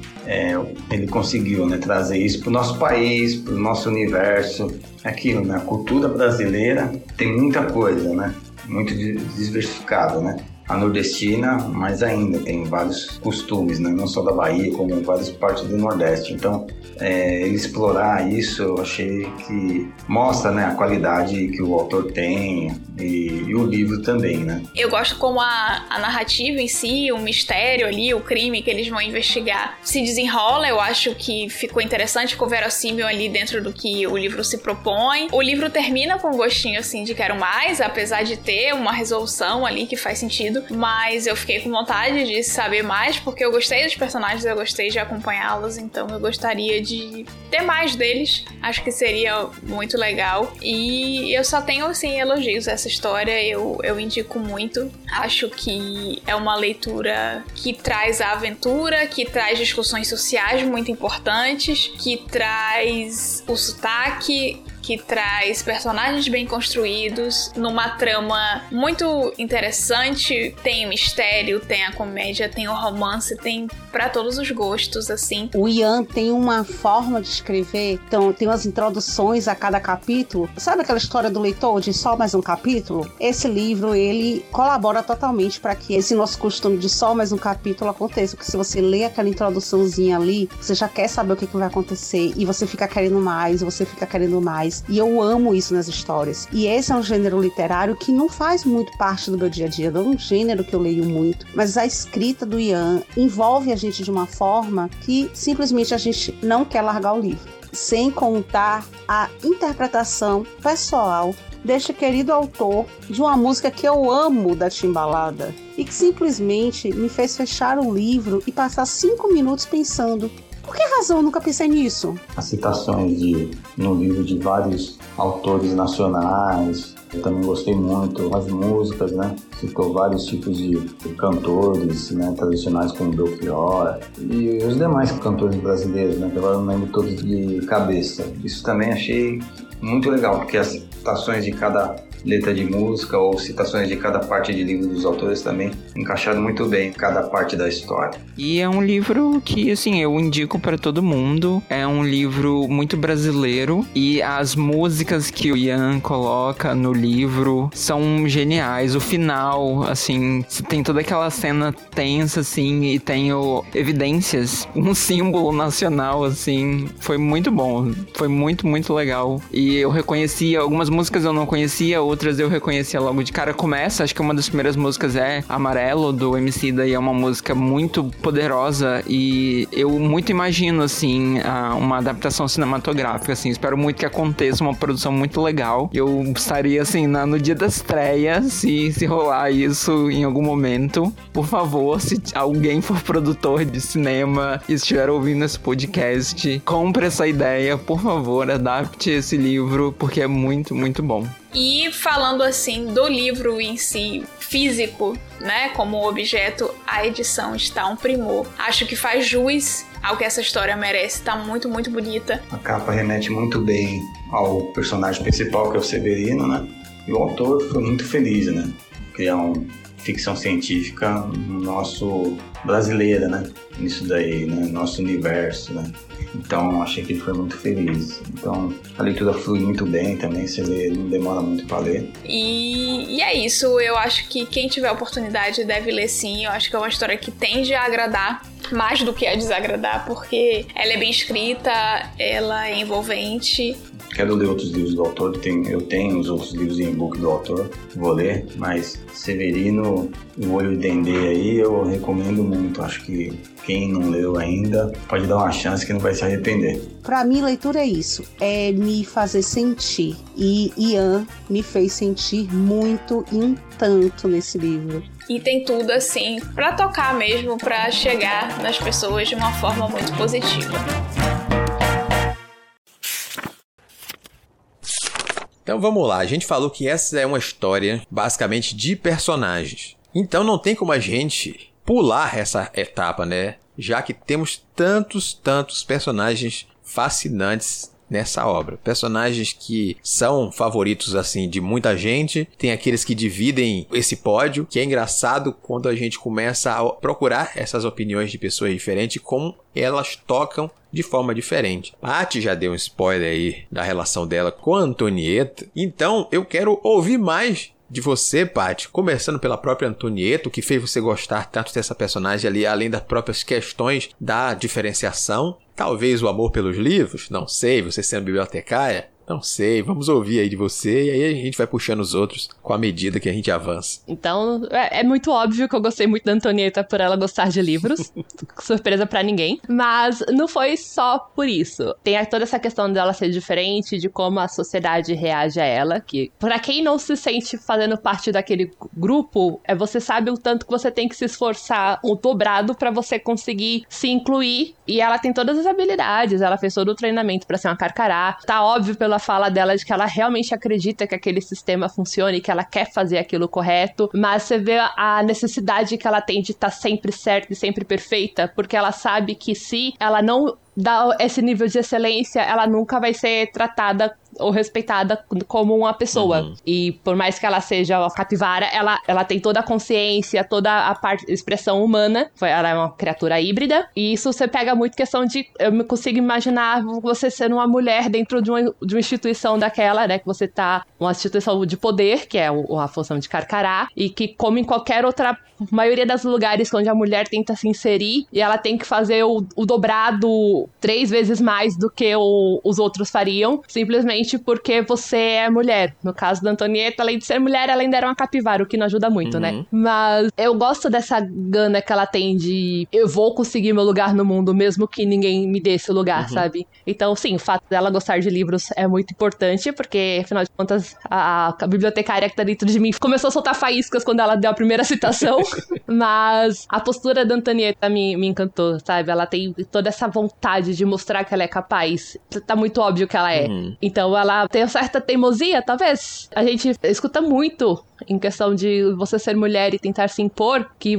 ele conseguiu, né, trazer isso para o nosso país, para o nosso universo. Aquilo, né? A cultura brasileira tem muita coisa, né? Muito diversificada, né? A nordestina, mais ainda, tem vários costumes, né? Não só da Bahia, como várias partes do Nordeste. Então, ele explorar isso, eu achei que mostra, né, a qualidade que o autor tem e o livro também, né? Eu gosto como a narrativa em si, o mistério ali, o crime que eles vão investigar se desenrola. Eu acho que ficou interessante, ficou verossímil ali dentro do que o livro se propõe. O livro termina com um gostinho, assim, de quero mais, apesar de ter uma resolução ali que faz sentido. Mas eu fiquei com vontade de saber mais, porque eu gostei dos personagens, eu gostei de acompanhá-los, então eu gostaria de ter mais deles. Acho que seria muito legal. E eu só tenho, assim, elogios a essa história, eu indico muito. Acho que é uma leitura que traz a aventura, que traz discussões sociais muito importantes, que traz o sotaque, que traz personagens bem construídos, numa trama muito interessante. Tem o mistério, tem a comédia, tem o romance, tem pra todos os gostos, assim. O Ian tem uma forma de escrever, então tem umas introduções a cada capítulo. Sabe aquela história do leitor de só mais um capítulo? Esse livro, ele colabora totalmente para que esse nosso costume de só mais um capítulo aconteça, porque se você lê aquela introduçãozinha ali, você já quer saber o que vai acontecer, e você fica querendo mais, você fica querendo mais. E eu amo isso nas histórias. E esse é um gênero literário que não faz muito parte do meu dia a dia, não é um gênero que eu leio muito, mas a escrita do Ian envolve a gente de uma forma que simplesmente a gente não quer largar o livro. Sem contar a interpretação pessoal deste querido autor de uma música que eu amo da Timbalada e que simplesmente me fez fechar o livro e passar 5 minutos pensando: por que razão eu nunca pensei nisso? As citações no livro de vários autores nacionais, eu também gostei muito. As músicas, né? Citou vários tipos de cantores, né, tradicionais como Belchior e os demais cantores brasileiros, né? Que agora eu não lembro todos de cabeça. Isso também achei muito legal, porque as citações de cada letra de música ou citações de cada parte de livro dos autores também encaixaram muito bem em cada parte da história. E é um livro que, assim, eu indico pra todo mundo. É um livro muito brasileiro e as músicas que o Ian coloca no livro são geniais. O final, assim, tem toda aquela cena tensa, assim, e tem evidências, um símbolo nacional, assim. Foi muito bom. Foi muito, muito legal. E eu reconhecia, algumas músicas eu não conhecia, outras eu reconhecia logo de cara. Começa, acho que uma das primeiras músicas é Amarelo, do Emicida, e é uma música muito poderosa e eu muito imagino, assim, uma adaptação cinematográfica, assim. Espero muito que aconteça uma produção muito legal. Eu estaria, assim, no dia da estreia, se rolar isso em algum momento. Por favor, se alguém for produtor de cinema e estiver ouvindo esse podcast, compre essa ideia, por favor, adapte esse livro, porque é muito, muito bom. E falando assim do livro em si, físico, né, como objeto, a edição está um primor. Acho que faz jus ao que essa história merece, tá muito, muito bonita. A capa remete muito bem ao personagem principal, que é o Severino, né? E o autor foi muito feliz, né? Criar uma ficção científica nosso brasileira, né? Nisso daí, né? Nosso universo, né? Então, achei que ele foi muito feliz. Então, a leitura flui muito bem também, você lê, não demora muito para ler. E é isso, eu acho que quem tiver oportunidade deve ler sim. Eu acho que é uma história que tende a agradar mais do que a desagradar, porque ela é bem escrita, ela é envolvente. Quero ler outros livros do autor, eu tenho os outros livros em e-book do autor, vou ler, mas Severino e o Olho de Dendê aí eu recomendo muito. Acho que quem não leu ainda pode dar uma chance que não vai se arrepender. Pra mim, leitura é isso, é me fazer sentir. E Ian me fez sentir muito e um tanto nesse livro. E tem tudo assim pra tocar mesmo, pra chegar nas pessoas de uma forma muito positiva. Então vamos lá, a gente falou que essa é uma história basicamente de personagens. Então não tem como a gente pular essa etapa, né? Já que temos tantos personagens fascinantes nessa obra. Personagens que são favoritos, assim, de muita gente. Tem aqueles que dividem esse pódio, que é engraçado quando a gente começa a procurar essas opiniões de pessoas diferentes, como elas tocam de forma diferente. Paty já deu um spoiler aí da relação dela com a Antonieta. Então, eu quero ouvir mais de você, Paty, começando pela própria Antonieta, o que fez você gostar tanto dessa personagem ali, além das próprias questões da diferenciação. Talvez o amor pelos livros, não sei, você sendo bibliotecária, não sei, vamos ouvir aí de você e aí a gente vai puxando os outros com a medida que a gente avança. Então, é muito óbvio que eu gostei muito da Antonieta por ela gostar de livros, surpresa pra ninguém, mas não foi só por isso. Tem toda essa questão dela ser diferente, de como a sociedade reage a ela, que pra quem não se sente fazendo parte daquele grupo, você sabe o tanto que você tem que se esforçar o dobrado pra você conseguir se incluir, e ela tem todas as habilidades, ela fez todo o treinamento pra ser uma carcará, tá óbvio pela fala dela de que ela realmente acredita que aquele sistema funcione, que ela quer fazer aquilo correto, mas você vê a necessidade que ela tem de estar sempre certa e sempre perfeita, porque ela sabe que se ela não dá esse nível de excelência, ela nunca vai ser tratada ou respeitada como uma pessoa. Uhum. E por mais que ela seja uma capivara, ela tem toda a consciência, toda a expressão humana. Ela é uma criatura híbrida. E isso você pega muito questão de... Eu consigo imaginar você sendo uma mulher dentro de uma instituição daquela, né? Que você tá... Uma instituição de poder, que é a função de Carcará. E que, como em qualquer outra... maioria dos lugares onde a mulher tenta se inserir, e ela tem que fazer o dobrado 3 vezes mais do que os outros fariam, simplesmente porque você é mulher. No caso da Antonieta, além de ser mulher, ela ainda era uma capivara, o que não ajuda muito, né? Mas eu gosto dessa gana que ela tem de eu vou conseguir meu lugar no mundo, mesmo que ninguém me dê esse lugar, sabe? Então, sim, o fato dela gostar de livros é muito importante, porque, afinal de contas, a bibliotecária que tá dentro de mim começou a soltar faíscas quando ela deu a primeira citação. Mas a postura da Antonieta me encantou, sabe? Ela tem toda essa vontade de mostrar que ela é capaz. Tá muito óbvio que ela é. Então ela tem uma certa teimosia, talvez. A gente escuta muito em questão de você ser mulher e tentar se impor, que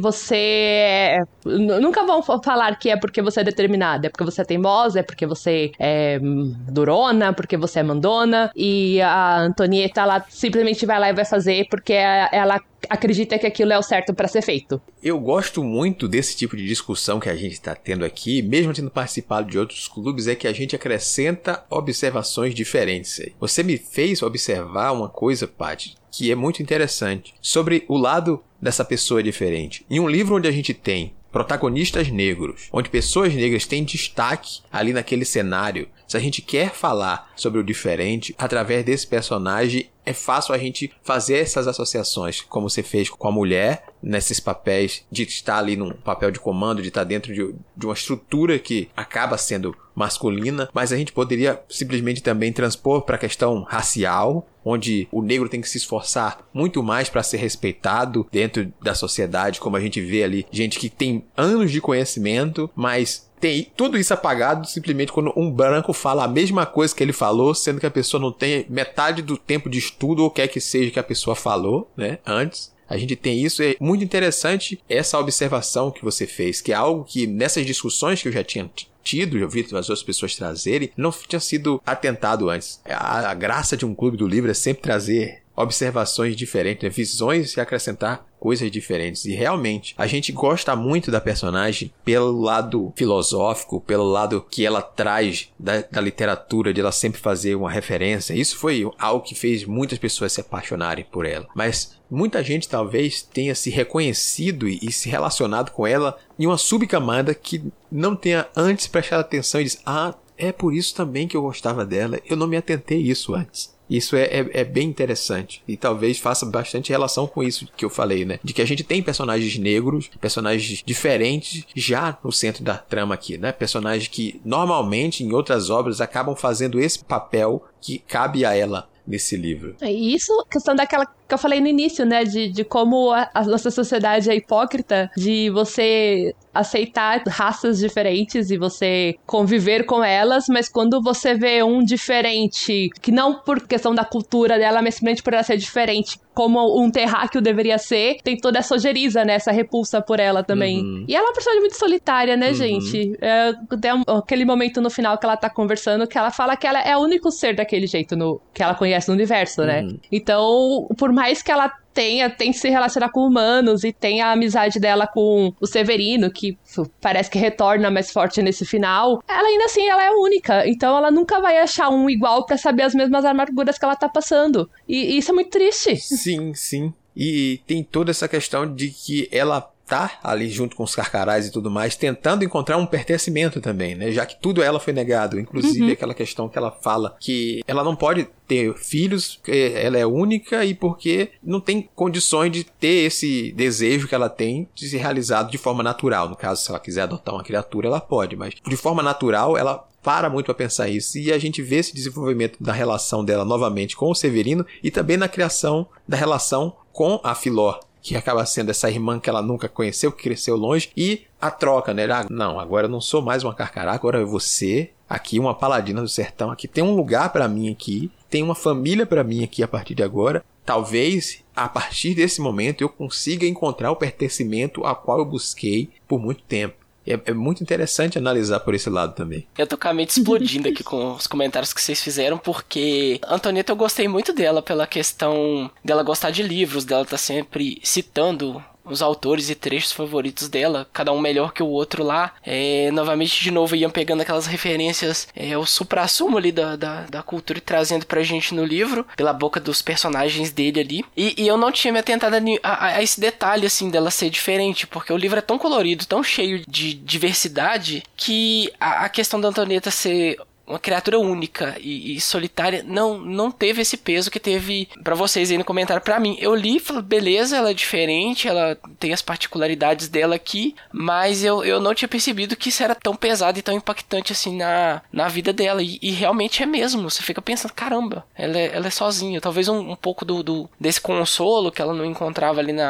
você nunca vão falar que é porque você é determinada, é porque você é teimosa, é porque você é durona, porque você é mandona, e a Antonieta, ela simplesmente vai lá e vai fazer porque ela acredita que aquilo é o certo pra ser feito. Eu gosto muito desse tipo de discussão que a gente está tendo aqui, mesmo tendo participado de outros clubes, é que a gente acrescenta observações diferentes. Você me fez observar uma coisa, Paty, que é muito interessante, sobre o lado dessa pessoa diferente. Em um livro onde a gente tem protagonistas negros, onde pessoas negras têm destaque ali naquele cenário, se a gente quer falar sobre o diferente, através desse personagem, é fácil a gente fazer essas associações, como você fez com a mulher, nesses papéis de estar ali num papel de comando, de estar dentro de uma estrutura que acaba sendo masculina, mas a gente poderia simplesmente também transpor para a questão racial, onde o negro tem que se esforçar muito mais para ser respeitado dentro da sociedade, como a gente vê ali, gente que tem anos de conhecimento, mas tem tudo isso apagado simplesmente quando um branco fala a mesma coisa que ele falou, sendo que a pessoa não tem metade do tempo de estudo ou quer que seja que a pessoa falou, né, antes. A gente tem isso, é muito interessante essa observação que você fez, que é algo que nessas discussões que eu já tinha tido, eu vi as outras pessoas trazerem, não tinha sido atentado antes. A graça de um clube do livro é sempre trazer observações diferentes, né? Visões e acrescentar coisas diferentes. E realmente, a gente gosta muito da personagem pelo lado filosófico, pelo lado que ela traz da literatura, de ela sempre fazer uma referência. Isso foi algo que fez muitas pessoas se apaixonarem por ela. Mas muita gente talvez tenha se reconhecido e se relacionado com ela em uma subcamada que não tenha antes prestado atenção e disse, é por isso também que eu gostava dela, eu não me atentei isso antes. Isso é bem interessante e talvez faça bastante relação com isso que eu falei, né? De que a gente tem personagens negros, personagens diferentes já no centro da trama aqui, né? Personagens que normalmente em outras obras acabam fazendo esse papel que cabe a ela nesse livro. E isso, questão daquela que eu falei no início, né, de como a nossa sociedade é hipócrita, de você aceitar raças diferentes e você conviver com elas, mas quando você vê um diferente, que não por questão da cultura dela, mas simplesmente por ela ser diferente, como um terráqueo deveria ser, tem toda essa ojeriza, né, essa repulsa por ela também. Uhum. E ela é uma personagem muito solitária, né, gente? Tem aquele momento no final que ela tá conversando, que ela fala que ela é o único ser daquele jeito que ela conhece no universo, né? Então, por mais que ela tem que se relacionar com humanos e tem a amizade dela com o Severino, que parece que retorna mais forte nesse final, ela ainda assim, ela é única, então ela nunca vai achar um igual pra saber as mesmas amarguras que ela tá passando, e isso é muito triste. Sim, e tem toda essa questão de que ela tá ali junto com os carcarás e tudo mais, tentando encontrar um pertencimento também, né? Já que tudo ela foi negado, inclusive aquela questão que ela fala que ela não pode ter filhos, porque ela é única e porque não tem condições de ter esse desejo que ela tem de ser realizado de forma natural. No caso, se ela quiser adotar uma criatura, ela pode, mas de forma natural, ela para muito para pensar isso, e a gente vê esse desenvolvimento da relação dela novamente com o Severino e também na criação da relação com a Filó, que acaba sendo essa irmã que ela nunca conheceu, que cresceu longe, e a troca, né? Não, agora eu não sou mais uma carcará, agora é você, aqui uma paladina do sertão, aqui tem um lugar pra mim aqui, tem uma família pra mim aqui a partir de agora. Talvez, a partir desse momento, eu consiga encontrar o pertencimento a qual eu busquei por muito tempo. É muito interessante analisar por esse lado também. Eu tô com a mente explodindo aqui com os comentários que vocês fizeram, porque a Antonieta, eu gostei muito dela pela questão dela gostar de livros, dela tá sempre citando os autores e trechos favoritos dela, cada um melhor que o outro lá. Novamente, de novo, iam pegando aquelas referências, o suprassumo ali da cultura e trazendo pra gente no livro, pela boca dos personagens dele ali. E eu não tinha me atentado a esse detalhe, assim, dela ser diferente, porque o livro é tão colorido, tão cheio de diversidade, que a questão da Antonieta ser uma criatura única e solitária não teve esse peso que teve pra vocês aí no comentário. Pra mim, eu li e falei, beleza, ela é diferente, ela tem as particularidades dela aqui, mas eu não tinha percebido que isso era tão pesado e tão impactante assim na vida dela, e realmente é mesmo. Você fica pensando, caramba, ela é sozinha. Talvez um pouco desse consolo que ela não encontrava ali na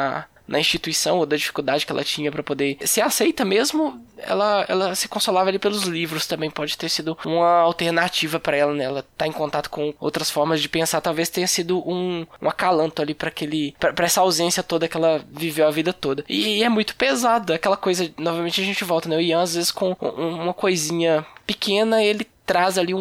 na instituição ou da dificuldade que ela tinha pra poder ser aceita mesmo, ela se consolava ali pelos livros também. Pode ter sido uma alternativa pra ela, né? Ela tá em contato com outras formas de pensar. Talvez tenha sido um acalanto ali pra essa ausência toda que ela viveu a vida toda. E é muito pesado, aquela coisa, novamente a gente volta, né? O Ian, às vezes, com uma coisinha pequena, ele traz ali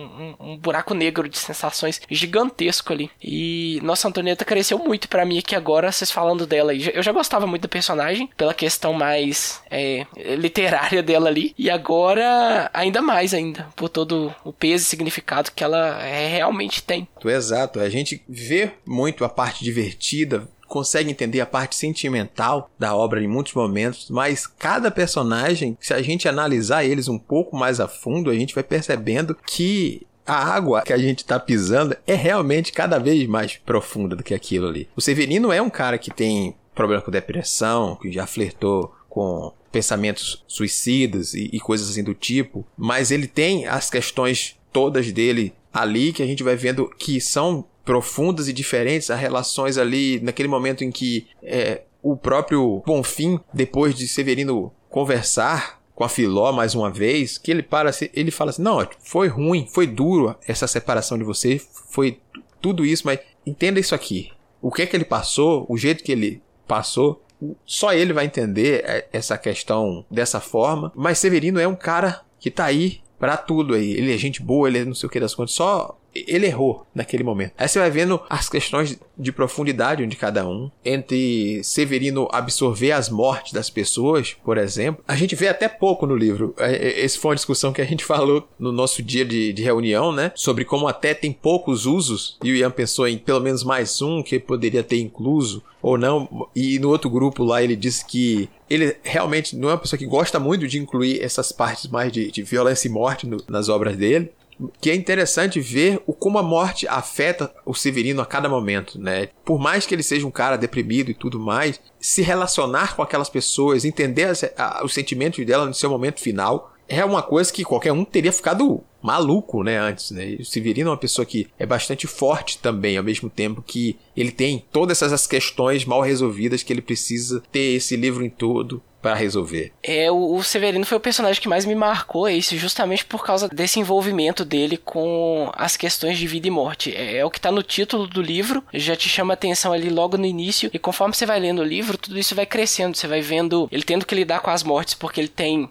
um buraco negro de sensações gigantesco ali. E nossa, a Antonieta cresceu muito pra mim aqui agora, vocês falando dela aí. Eu já gostava muito do personagem, pela questão mais literária dela ali. E agora, ainda mais ainda, por todo o peso e significado que ela realmente tem. Exato, a gente vê muito a parte divertida, consegue entender a parte sentimental da obra em muitos momentos, mas cada personagem, se a gente analisar eles um pouco mais a fundo, a gente vai percebendo que a água que a gente tá pisando é realmente cada vez mais profunda do que aquilo ali. O Severino é um cara que tem problema com depressão, que já flertou com pensamentos suicidas e coisas assim do tipo, mas ele tem as questões todas dele ali que a gente vai vendo que são profundas e diferentes, as relações ali, naquele momento em que o próprio Bonfim, depois de Severino conversar com a Filó mais uma vez, que ele fala assim, não, foi ruim, foi duro essa separação de você, foi tudo isso, mas entenda isso aqui, o que é que ele passou, o jeito que ele passou, só ele vai entender essa questão dessa forma, mas Severino é um cara que tá aí pra tudo aí, ele é gente boa, ele é não sei o que das contas, só ele errou naquele momento. Aí você vai vendo as questões de profundidade de cada um. Entre Severino absorver as mortes das pessoas, por exemplo. A gente vê até pouco no livro. Essa foi uma discussão que a gente falou no nosso dia de reunião, né? Sobre como até tem poucos usos. E o Ian pensou em pelo menos mais um que poderia ter incluso ou não. E no outro grupo lá ele disse que ele realmente não é uma pessoa que gosta muito de incluir essas partes mais de violência e morte nas obras dele. Que é interessante ver como a morte afeta o Severino a cada momento, né? Por mais que ele seja um cara deprimido e tudo mais, se relacionar com aquelas pessoas, entender os sentimentos dela no seu momento final, é uma coisa que qualquer um teria ficado maluco, né, antes, né? O Severino é uma pessoa que é bastante forte também, ao mesmo tempo que ele tem todas essas questões mal resolvidas que ele precisa ter esse livro em todo para resolver. O Severino foi o personagem que mais me marcou, isso justamente por causa desse envolvimento dele com as questões de vida e morte. É o que tá no título do livro, já te chama a atenção ali logo no início, e conforme você vai lendo o livro, tudo isso vai crescendo, você vai vendo ele tendo que lidar com as mortes, porque ele tem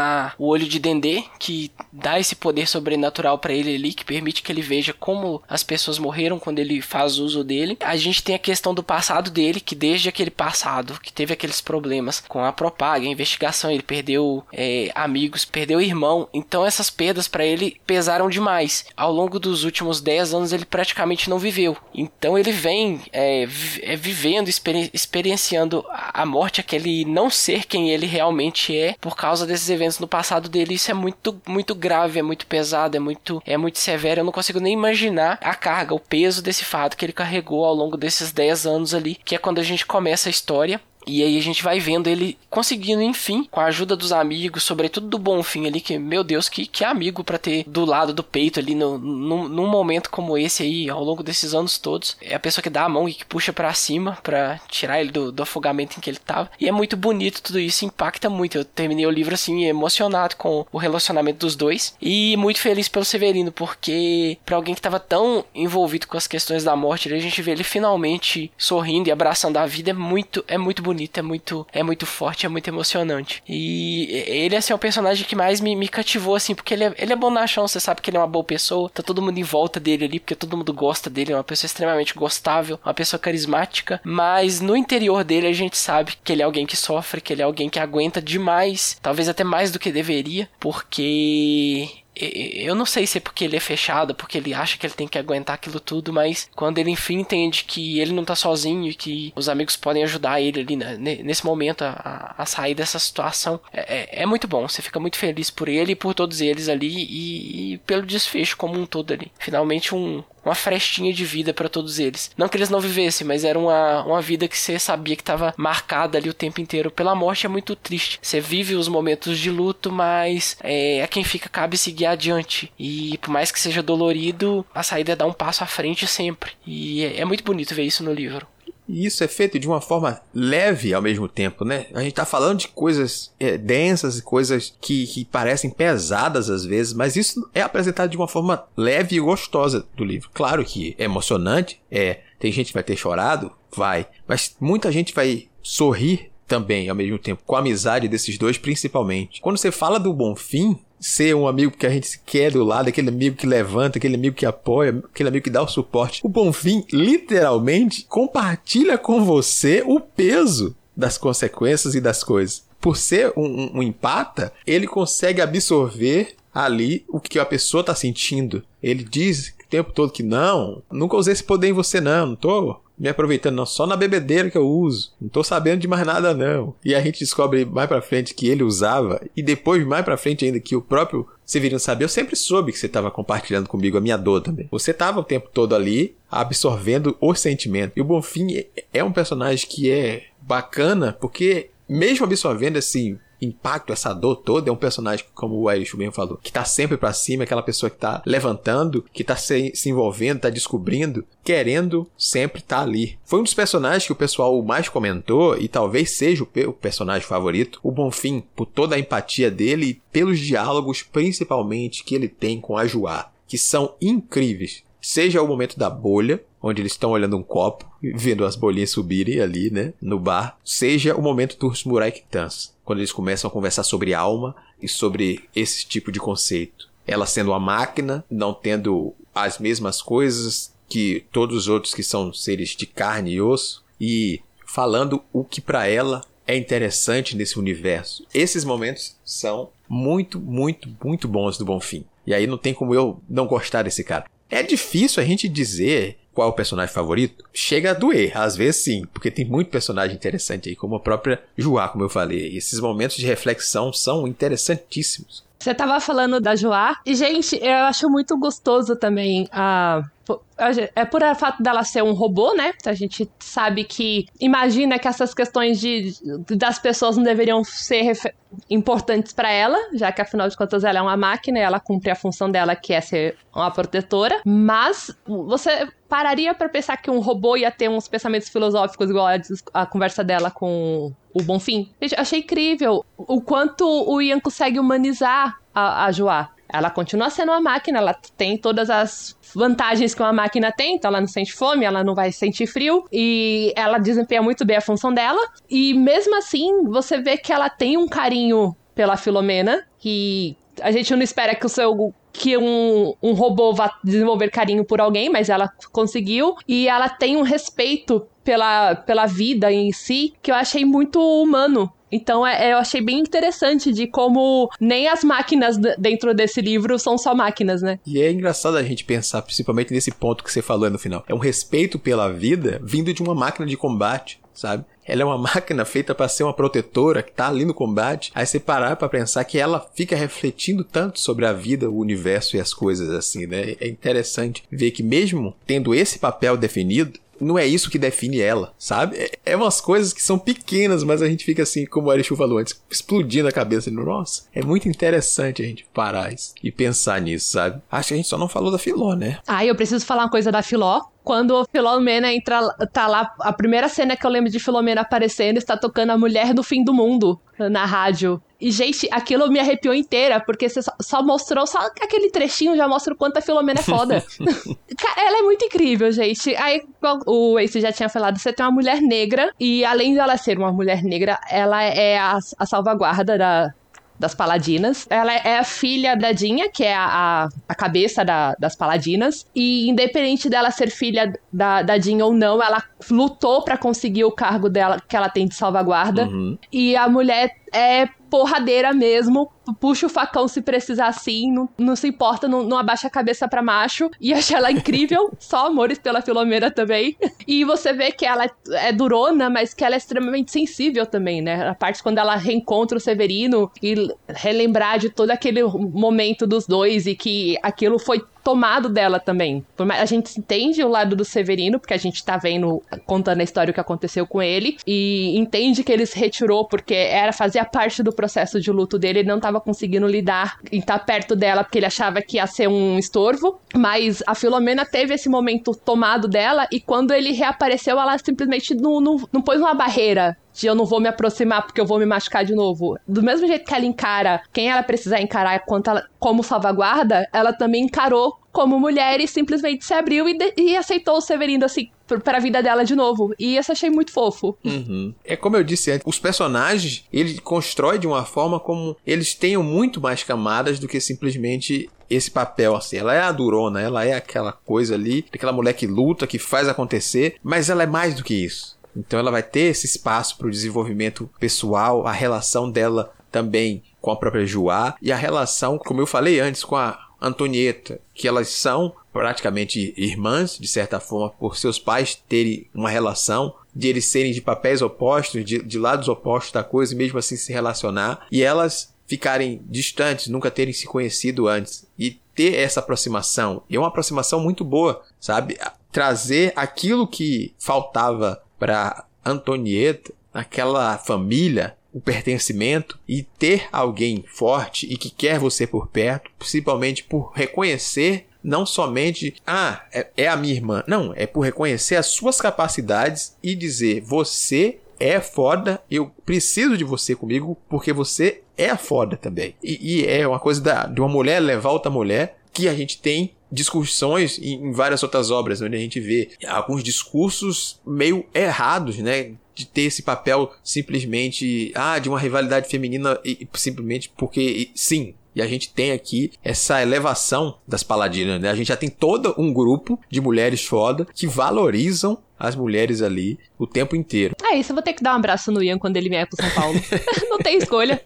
o olho de Dendê, que dá esse poder sobrenatural para ele ali, que permite que ele veja como as pessoas morreram quando ele faz uso dele. A gente tem a questão do passado dele, que desde aquele passado, que teve aqueles problemas com a propaga, a investigação, ele perdeu amigos, perdeu irmão, então essas perdas para ele pesaram demais. Ao longo dos últimos 10 anos ele praticamente não viveu, então ele vem vivendo, experienciando a morte, aquele não ser quem ele realmente é, por causa desses eventos no passado dele. Isso é muito, muito grave, é muito pesado, é muito severo. Eu não consigo nem imaginar a carga, o peso desse fato que ele carregou ao longo desses 10 anos ali, que é quando a gente começa a história. E aí a gente vai vendo ele conseguindo, enfim, com a ajuda dos amigos, sobretudo do Bonfim ali, que, meu Deus, que amigo pra ter do lado do peito ali, num momento como esse aí, ao longo desses anos todos. É a pessoa que dá a mão e que puxa pra cima, pra tirar ele do afogamento em que ele tava. E é muito bonito tudo isso, impacta muito. Eu terminei o livro, assim, emocionado com o relacionamento dos dois. E muito feliz pelo Severino, porque pra alguém que tava tão envolvido com as questões da morte, a gente vê ele finalmente sorrindo e abraçando a vida, é muito bonito. É muito forte, é muito emocionante. E ele, assim, é o personagem que mais me cativou, assim, porque ele é bonachão, você sabe que ele é uma boa pessoa, tá todo mundo em volta dele ali, porque todo mundo gosta dele, é uma pessoa extremamente gostável, uma pessoa carismática, mas no interior dele a gente sabe que ele é alguém que sofre, que ele é alguém que aguenta demais, talvez até mais do que deveria, porque... Eu não sei se é porque ele é fechado, porque ele acha que ele tem que aguentar aquilo tudo, mas quando ele enfim entende que ele não tá sozinho e que os amigos podem ajudar ele ali nesse momento a sair dessa situação, é muito bom. Você fica muito feliz por ele e por todos eles ali e pelo desfecho como um todo ali. Finalmente uma frestinha de vida pra todos eles. Não que eles não vivessem, mas era uma vida que você sabia que tava marcada ali o tempo inteiro pela morte. É muito triste. Você vive os momentos de luto, mas a quem fica cabe seguir adiante. E por mais que seja dolorido, a saída é dar um passo à frente sempre. E é muito bonito ver isso no livro. E isso é feito de uma forma leve ao mesmo tempo, né? A gente tá falando de coisas densas e coisas que parecem pesadas às vezes, mas isso é apresentado de uma forma leve e gostosa do livro. Claro que é emocionante, tem gente que vai ter chorado, vai, mas muita gente vai sorrir também ao mesmo tempo, com a amizade desses dois principalmente. Quando você fala do Bonfim, ser um amigo que a gente quer do lado, aquele amigo que levanta, aquele amigo que apoia, aquele amigo que dá o suporte. O Bonfim, literalmente, compartilha com você o peso das consequências e das coisas. Por ser um empata, ele consegue absorver ali o que a pessoa está sentindo. Ele diz o tempo todo que nunca usei esse poder em você não tô me aproveitando, não, só na bebedeira que eu uso, não tô sabendo de mais nada não. E a gente descobre mais pra frente que ele usava, e depois mais pra frente ainda que o próprio Severino sabia. Eu sempre soube que você tava compartilhando comigo a minha dor também. Você tava o tempo todo ali absorvendo o sentimento. E o Bonfim é um personagem que é bacana, porque mesmo absorvendo esse impacto, essa dor toda, é um personagem, como o Irish mesmo falou, que tá sempre pra cima, aquela pessoa que tá levantando, que tá se envolvendo, tá descobrindo, querendo sempre tá ali. Foi um dos personagens que o pessoal mais comentou, e talvez seja o personagem favorito, o Bonfim, por toda a empatia dele e pelos diálogos, principalmente, que ele tem com a Joá, que são incríveis. Seja o momento da bolha, onde eles estão olhando um copo, vendo as bolinhas subirem ali, né, no bar. Seja o momento dos Muraikitans, quando eles começam a conversar sobre alma e sobre esse tipo de conceito. Ela sendo uma máquina, não tendo as mesmas coisas que todos os outros que são seres de carne e osso, e falando o que para ela é interessante nesse universo. Esses momentos são muito, muito, muito bons do Bonfim. E aí não tem como eu não gostar desse cara. É difícil a gente dizer qual é o personagem favorito. Chega a doer, às vezes sim, porque tem muito personagem interessante aí, como a própria Joá, como eu falei. E esses momentos de reflexão são interessantíssimos. Você tava falando da Joá, e gente, eu acho muito gostoso também é por fato dela ser um robô, né? A gente sabe que imagina que essas questões das pessoas não deveriam ser importantes pra ela, já que afinal de contas ela é uma máquina e ela cumpre a função dela, que é ser uma protetora. Mas você pararia pra pensar que um robô ia ter uns pensamentos filosóficos igual a conversa dela com o Bonfim? Gente, achei incrível o quanto o Ian consegue humanizar a Joá. Ela continua sendo uma máquina, ela tem todas as vantagens que uma máquina tem, então ela não sente fome, ela não vai sentir frio, e ela desempenha muito bem a função dela, e mesmo assim, você vê que ela tem um carinho pela Filomena, que a gente não espera que um robô vá desenvolver carinho por alguém, mas ela conseguiu, e ela tem um respeito pela vida em si, que eu achei muito humano. Então eu achei bem interessante de como nem as máquinas dentro desse livro são só máquinas, né? E é engraçado a gente pensar, principalmente nesse ponto que você falou no final. É um respeito pela vida vindo de uma máquina de combate, sabe? Ela é uma máquina feita para ser uma protetora que tá ali no combate. Aí você parar pra pensar que ela fica refletindo tanto sobre a vida, o universo e as coisas assim, né? É interessante ver que mesmo tendo esse papel definido, não é isso que define ela, sabe? É umas coisas que são pequenas, mas a gente fica assim, como o Arishu falou antes, explodindo a cabeça. Nossa, é muito interessante a gente parar e pensar nisso, sabe? Acho que a gente só não falou da Filó, né? Eu preciso falar uma coisa da Filó. Quando a Filomena tá lá, a primeira cena que eu lembro de Filomena aparecendo, está tocando A Mulher do Fim do Mundo na rádio. E, gente, aquilo me arrepiou inteira, porque você só mostrou, só aquele trechinho já mostra o quanto a Filomena é foda. Cara, ela é muito incrível, gente. Aí, o Ace já tinha falado, você tem uma mulher negra, e além dela ser uma mulher negra, ela é a salvaguarda das Paladinas. Ela é a filha da Dinha, que é a cabeça das Paladinas, e independente dela ser filha da Dinha ou não, ela lutou pra conseguir o cargo dela, que ela tem de salvaguarda. Uhum. E a mulher é porradeira mesmo, puxa o facão se precisar assim, não se importa, não abaixa a cabeça pra macho, e acha ela incrível, só amores pela Filomena também. E você vê que ela é durona, mas que ela é extremamente sensível também, né? A parte quando ela reencontra o Severino e relembrar de todo aquele momento dos dois e que aquilo foi tomado dela também. A gente entende o lado do Severino, porque a gente tá vendo, contando a história o que aconteceu com ele, e entende que ele se retirou porque fazia fazia parte do processo de luto dele, ele não tava conseguindo lidar em estar perto dela, porque ele achava que ia ser um estorvo, mas a Filomena teve esse momento tomado dela, e quando ele reapareceu, ela simplesmente não pôs uma barreira de eu não vou me aproximar porque eu vou me machucar de novo. Do mesmo jeito que ela encara quem ela precisar encarar como salvaguarda, ela também encarou como mulher e simplesmente se abriu e aceitou o Severino, assim, pra vida dela de novo. E isso eu achei muito fofo. Uhum. É como eu disse antes, os personagens, ele constrói de uma forma como eles tenham muito mais camadas do que simplesmente esse papel, assim. Ela é a durona, ela é aquela coisa ali, aquela mulher que luta, que faz acontecer, mas ela é mais do que isso. Então ela vai ter esse espaço para o desenvolvimento pessoal, a relação dela também com a própria Joie e a relação, como eu falei antes, com a Antonieta, que elas são praticamente irmãs, de certa forma, por seus pais terem uma relação, de eles serem de papéis opostos, de lados opostos da coisa e mesmo assim se relacionar, e elas ficarem distantes, nunca terem se conhecido antes, e ter essa aproximação. E é uma aproximação muito boa, sabe? Trazer aquilo que faltava para Antonieta, aquela família, o pertencimento, e ter alguém forte e que quer você por perto, principalmente por reconhecer não somente, é a minha irmã, não, é por reconhecer as suas capacidades e dizer, você é foda, eu preciso de você comigo porque você é foda também. E é uma coisa de uma mulher levar outra mulher, que a gente tem discussões em várias outras obras, onde a gente vê alguns discursos meio errados, né? De ter esse papel simplesmente, de uma rivalidade feminina e simplesmente porque sim. E a gente tem aqui essa elevação das paladinas, né? A gente já tem todo um grupo de mulheres foda que valorizam as mulheres ali o tempo inteiro. Isso eu vou ter que dar um abraço no Ian quando ele vier pro São Paulo. Não tem escolha.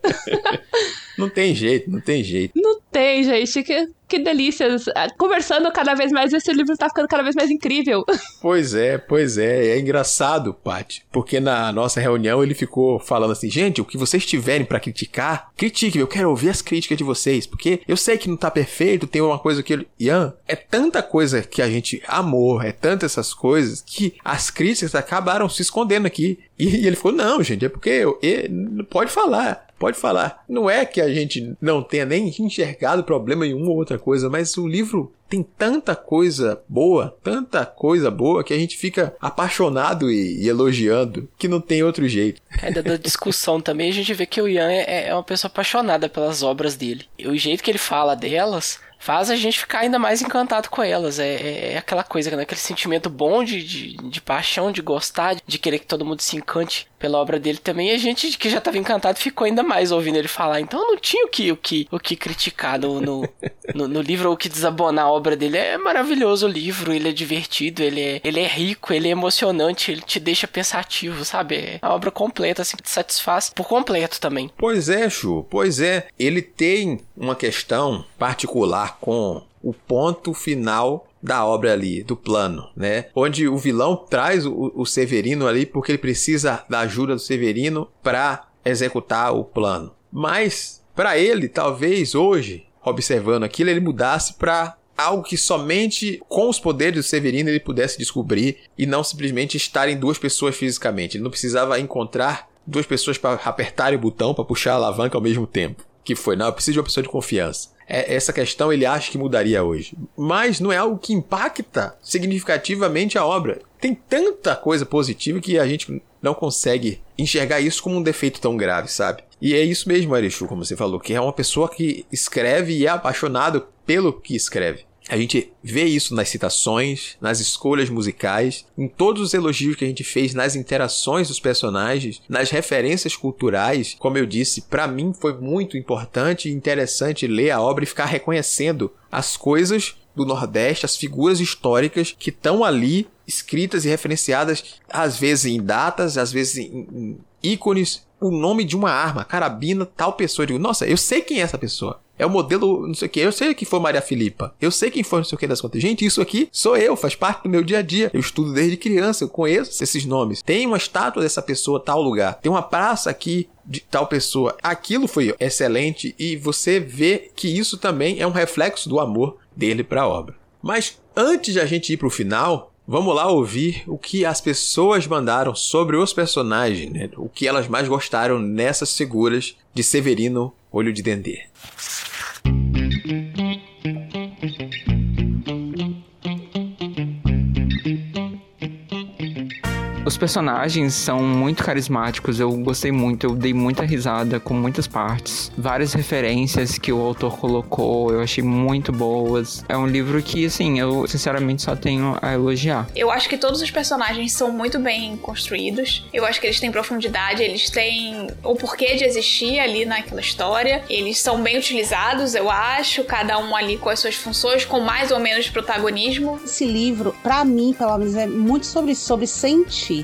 Não tem jeito. Não tem, gente. Que delícia. Conversando cada vez mais, esse livro tá ficando cada vez mais incrível. Pois é. É engraçado, Paty, porque na nossa reunião ele ficou falando assim, gente, o que vocês tiverem pra criticar, critiquem, eu quero ouvir as críticas de vocês, porque eu sei que não tá perfeito, tem uma coisa que... Ian, é tanta coisa que a gente amou, é tantas essas coisas, que as críticas acabaram se escondendo aqui. E ele falou, não, gente, é porque pode falar. Não é que a gente não tenha nem enxergado problema em uma ou outra coisa, mas o livro tem tanta coisa boa, que a gente fica apaixonado e elogiando, que não tem outro jeito. Da discussão também, a gente vê que o Ian é uma pessoa apaixonada pelas obras dele. E o jeito que ele fala delas faz a gente ficar ainda mais encantado com elas. É aquela coisa, né? Aquele sentimento bom de paixão, de gostar, de querer que todo mundo se encante pela obra dele também. E a gente que já estava encantado ficou ainda mais ouvindo ele falar. Então não tinha o que criticar no livro ou o que desabonar a obra dele. É maravilhoso o livro, ele é divertido, ele é rico, ele é emocionante, ele te deixa pensativo, sabe? É a obra completa, assim, que te satisfaz por completo também. Pois é, Chu, ele tem uma questão particular com o ponto final da obra ali, do plano, né? Onde o vilão traz o Severino ali porque ele precisa da ajuda do Severino para executar o plano. Mas, para ele, talvez hoje, observando aquilo, ele mudasse para algo que somente com os poderes do Severino ele pudesse descobrir e não simplesmente estarem duas pessoas fisicamente. Ele não precisava encontrar duas pessoas para apertarem o botão, para puxar a alavanca ao mesmo tempo. Eu preciso de uma pessoa de confiança. Essa questão ele acha que mudaria hoje. Mas não é algo que impacta significativamente a obra. Tem tanta coisa positiva que a gente não consegue enxergar isso como um defeito tão grave, sabe? E é isso mesmo, Arichu, como você falou, que é uma pessoa que escreve e é apaixonado pelo que escreve. A gente vê isso nas citações, nas escolhas musicais, em todos os elogios que a gente fez nas interações dos personagens, nas referências culturais. Como eu disse, para mim foi muito importante e interessante ler a obra e ficar reconhecendo as coisas do Nordeste, as figuras históricas que estão ali escritas e referenciadas, às vezes em datas, às vezes em ícones, o nome de uma arma, carabina, tal pessoa. Eu digo, nossa, eu sei quem é essa pessoa. É o modelo, não sei o que, eu sei que foi Maria Filipa, eu sei quem foi não sei o que das contas. Gente, isso aqui sou eu, faz parte do meu dia a dia. Eu estudo desde criança, eu conheço esses nomes. Tem uma estátua dessa pessoa, tal lugar. Tem uma praça aqui de tal pessoa. Aquilo foi excelente e você vê que isso também é um reflexo do amor dele para a obra. Mas antes de a gente ir para o final, vamos lá ouvir o que as pessoas mandaram sobre os personagens, né? O que elas mais gostaram nessas figuras de Severino Olho de Dendê. Os personagens são muito carismáticos, eu gostei muito, eu dei muita risada com muitas partes. Várias referências que o autor colocou, eu achei muito boas. É um livro que, assim, eu sinceramente só tenho a elogiar. Eu acho que todos os personagens são muito bem construídos. Eu acho que eles têm profundidade, eles têm o porquê de existir ali naquela história. Eles são bem utilizados, eu acho, cada um ali com as suas funções, com mais ou menos protagonismo. Esse livro, pra mim, pelo menos, é muito sobre sentir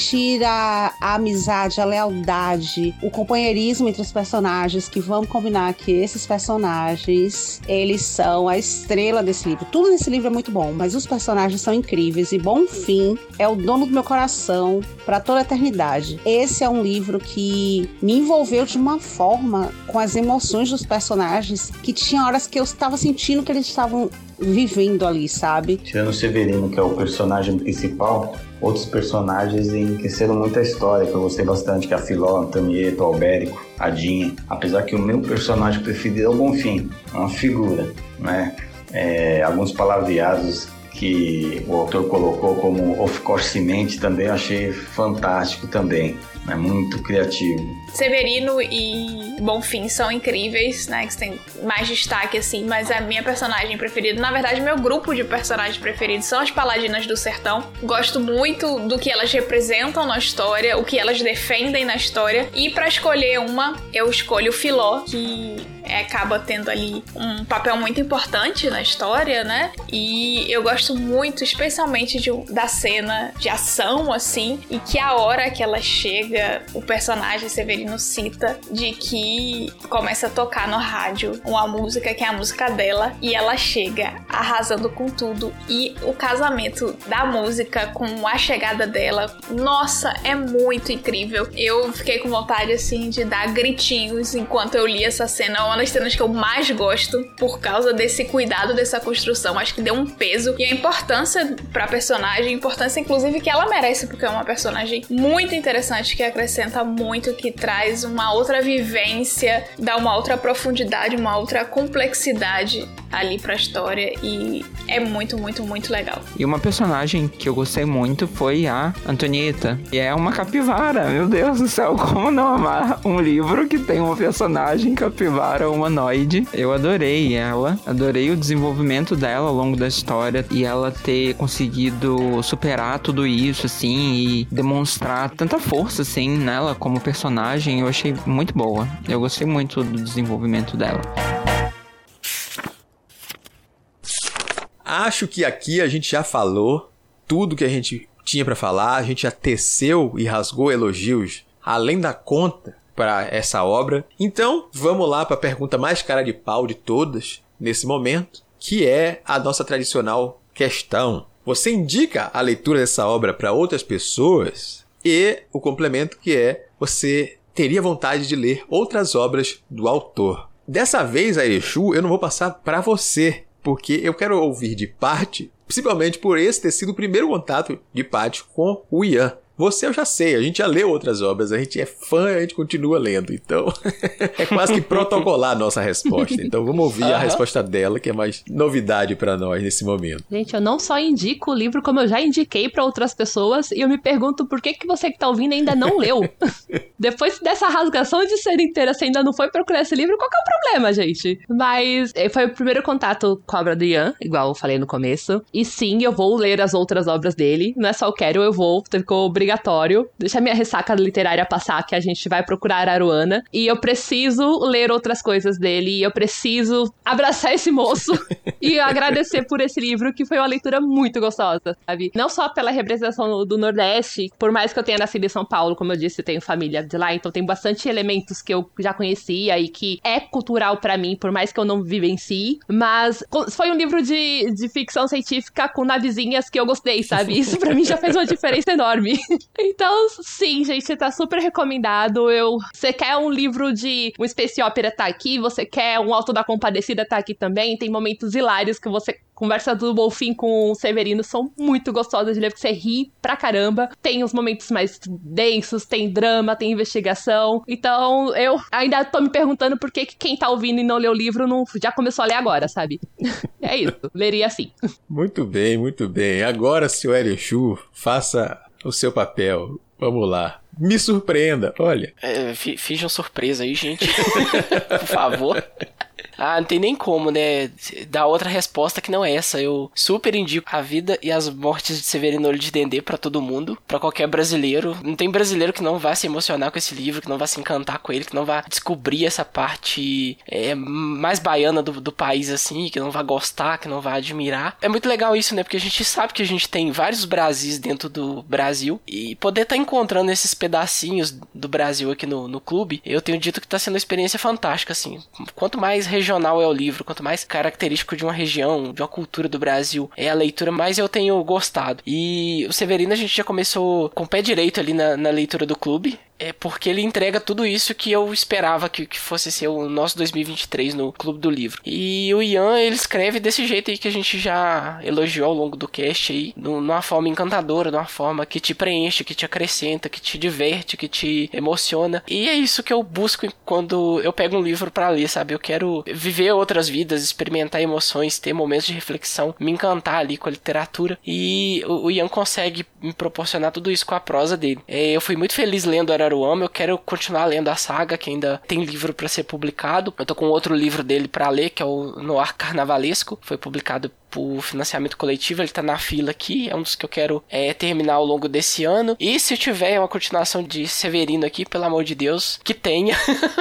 a amizade, a lealdade, o companheirismo entre os personagens, que vamos combinar que esses personagens, eles são a estrela desse livro. Tudo nesse livro é muito bom, mas os personagens são incríveis e Bonfim é o dono do meu coração para toda a eternidade. Esse é um livro que me envolveu de uma forma com as emoções dos personagens que tinha horas que eu estava sentindo que eles estavam vivendo ali, sabe? Tirando o Severino, que é o personagem principal, outros personagens enriqueceram muito a história, que eu gostei bastante, que é a Filó, Antonieta, o Albérico, a Dinha. Apesar que o meu personagem preferido é o Bonfim, é uma figura, né? Alguns palavreados que o autor colocou como of course mente também eu achei fantástico também, né? Muito criativo. Severino e Bonfim são incríveis, né? Que tem mais destaque, assim, mas a minha personagem preferida, na verdade, meu grupo de personagens preferidos são as Paladinas do Sertão. Gosto muito do que elas representam na história, o que elas defendem na história. E pra escolher uma, eu escolho Filó, que acaba tendo ali um papel muito importante na história, né? E eu gosto muito, especialmente da cena de ação, assim, e que a hora que ela chega, o personagem Severino cita de que começa a tocar no rádio uma música que é a música dela e ela chega arrasando com tudo, e o casamento da música com a chegada dela, nossa, é muito incrível. Eu fiquei com vontade, assim, de dar gritinhos enquanto eu li essa cena. É uma das cenas que eu mais gosto por causa desse cuidado, dessa construção. Acho que deu um peso e a importância pra personagem, importância inclusive que ela merece, porque é uma personagem muito interessante, que acrescenta muito, que traz uma outra vivência, dá uma outra profundidade, uma outra complexidade ali pra história, e é muito, muito, muito legal. E uma personagem que eu gostei muito foi a Antonieta, e é uma capivara. Meu Deus do céu, como não amar um livro que tem uma personagem capivara humanoide? Eu adorei ela, adorei o desenvolvimento dela ao longo da história, e ela ter conseguido superar tudo isso, assim, e demonstrar tanta força, assim, nela como personagem, eu achei muito boa. Eu gostei muito do desenvolvimento dela. Acho que aqui a gente já falou tudo que a gente tinha pra falar, a gente já teceu e rasgou elogios além da conta para essa obra. Então, vamos lá para a pergunta mais cara de pau de todas nesse momento, que é a nossa tradicional questão. Você indica a leitura dessa obra para outras pessoas? E o complemento, que é: você teria vontade de ler outras obras do autor? Dessa vez, Arechu, eu não vou passar para você, porque eu quero ouvir de Paty, principalmente por esse ter sido o primeiro contato de Paty com o Ian. Você eu já sei, a gente já leu outras obras, a gente é fã, a gente continua lendo, então é quase que protocolar a nossa resposta. Então vamos ouvir a resposta dela, que é mais novidade pra nós nesse momento. Gente, eu não só indico o livro, como eu já indiquei pra outras pessoas, e eu me pergunto por que você que tá ouvindo ainda não leu. Depois dessa rasgação de ser inteira, você ainda não foi procurar esse livro, qual que é o problema, gente? Mas foi o primeiro contato com a obra do Ian, igual eu falei no começo, e sim, eu vou ler as outras obras dele, não é só eu quero, eu vou, ficou obrigatório. Deixa a minha ressaca literária passar, que a gente vai procurar Aruana. E eu preciso ler outras coisas dele. E eu preciso abraçar esse moço e agradecer por esse livro, que foi uma leitura muito gostosa, sabe? Não só pela representação do Nordeste, por mais que eu tenha nascido em São Paulo, como eu disse, eu tenho família de lá, então tem bastante elementos que eu já conhecia e que é cultural pra mim, por mais que eu não vivencie. Mas foi um livro de ficção científica com navezinhas que eu gostei, sabe? Isso pra mim já fez uma diferença enorme. Então, sim, gente, tá super recomendado. Você quer um livro de um space opera, tá aqui. Você quer um Alto da Compadecida, tá aqui também. Tem momentos hilários que você conversa do Bolfin com o Severino, são muito gostosos de ler, porque você ri pra caramba. Tem os momentos mais densos, tem drama, tem investigação. Então, eu ainda tô me perguntando por que quem tá ouvindo e não leu o livro não já começou a ler agora, sabe? É isso, leria assim. Muito bem, muito bem. Agora, senhor Erechu, faça o seu papel. Vamos lá. Me surpreenda, olha. Finge uma surpresa aí, gente. Por favor. Não tem nem como, né, dar outra resposta que não é essa. Eu super indico A Vida e as Mortes de Severino Olho de Dendê pra todo mundo, pra qualquer brasileiro. Não tem brasileiro que não vá se emocionar com esse livro, que não vá se encantar com ele, que não vá descobrir essa parte mais baiana do país, assim, que não vá gostar, que não vá admirar. É muito legal isso, né, porque a gente sabe que a gente tem vários Brasis dentro do Brasil, e poder estar encontrando esses pedacinhos do Brasil aqui no clube, eu tenho dito que tá sendo uma experiência fantástica, assim. Quanto mais regional é o livro, quanto mais característico de uma região, de uma cultura do Brasil é a leitura, mais eu tenho gostado. E o Severino a gente já começou com o pé direito ali na leitura do clube, porque ele entrega tudo isso que eu esperava que fosse ser o nosso 2023 no Clube do Livro. E o Ian, ele escreve desse jeito aí que a gente já elogiou ao longo do cast aí, numa forma encantadora, numa forma que te preenche, que te acrescenta, que te diverte, que te emociona. E é isso que eu busco quando eu pego um livro pra ler, sabe? Eu quero viver outras vidas, experimentar emoções, ter momentos de reflexão, me encantar ali com a literatura. E o Ian consegue me proporcionar tudo isso com a prosa dele. Eu fui muito feliz lendo Araruama, eu quero continuar lendo a saga, que ainda tem livro pra ser publicado. Eu tô com outro livro dele pra ler, que é o Noir Carnavalesco, foi publicado por financiamento coletivo, ele tá na fila aqui, é um dos que eu quero terminar ao longo desse ano. E se tiver uma continuação de Severino aqui, pelo amor de Deus, que tenha.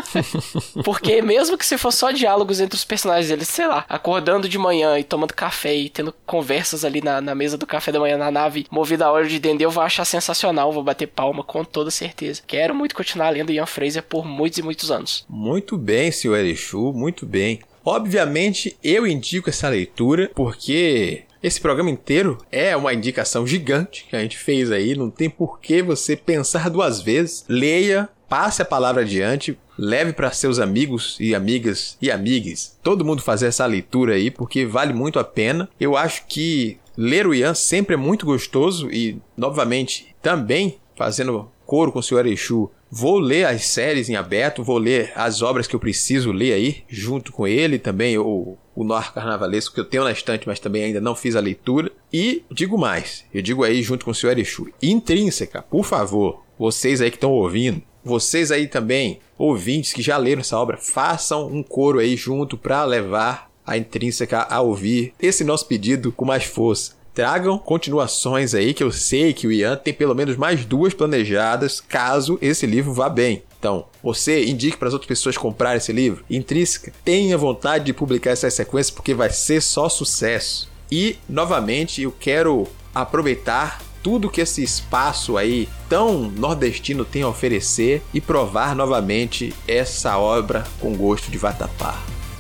Porque mesmo que se for só diálogos entre os personagens deles, sei lá, acordando de manhã e tomando café e tendo conversas ali na mesa do café da manhã na nave, movida a Olho de Dendê, eu vou achar sensacional, vou bater palma com toda certeza. Quero muito continuar lendo Ian Fraser por muitos e muitos anos. Muito bem, senhor Erechu, muito bem. Obviamente, eu indico essa leitura porque esse programa inteiro é uma indicação gigante que a gente fez aí. Não tem por que você pensar duas vezes. Leia, passe a palavra adiante, leve para seus amigos e amigas e amigues. Todo mundo fazer essa leitura aí porque vale muito a pena. Eu acho que ler o Ian sempre é muito gostoso e, novamente, também fazendo coro com o senhor Erechu, vou ler as séries em aberto, vou ler as obras que eu preciso ler aí, junto com ele, também o Noir Carnavalesco, que eu tenho na estante, mas também ainda não fiz a leitura. E digo mais, eu digo aí junto com o senhor Erechu, Intrínseca, por favor, vocês aí que estão ouvindo, vocês aí também, ouvintes que já leram essa obra, façam um coro aí junto para levar a Intrínseca a ouvir esse nosso pedido com mais força. Tragam continuações aí, que eu sei que o Ian tem pelo menos mais 2 planejadas, caso esse livro vá bem. Então, você indique para as outras pessoas comprarem esse livro. Intrínseca, tenha vontade de publicar essas sequências, porque vai ser só sucesso. E, novamente, eu quero aproveitar tudo que esse espaço aí tão nordestino tem a oferecer e provar novamente essa obra com gosto de vatapá.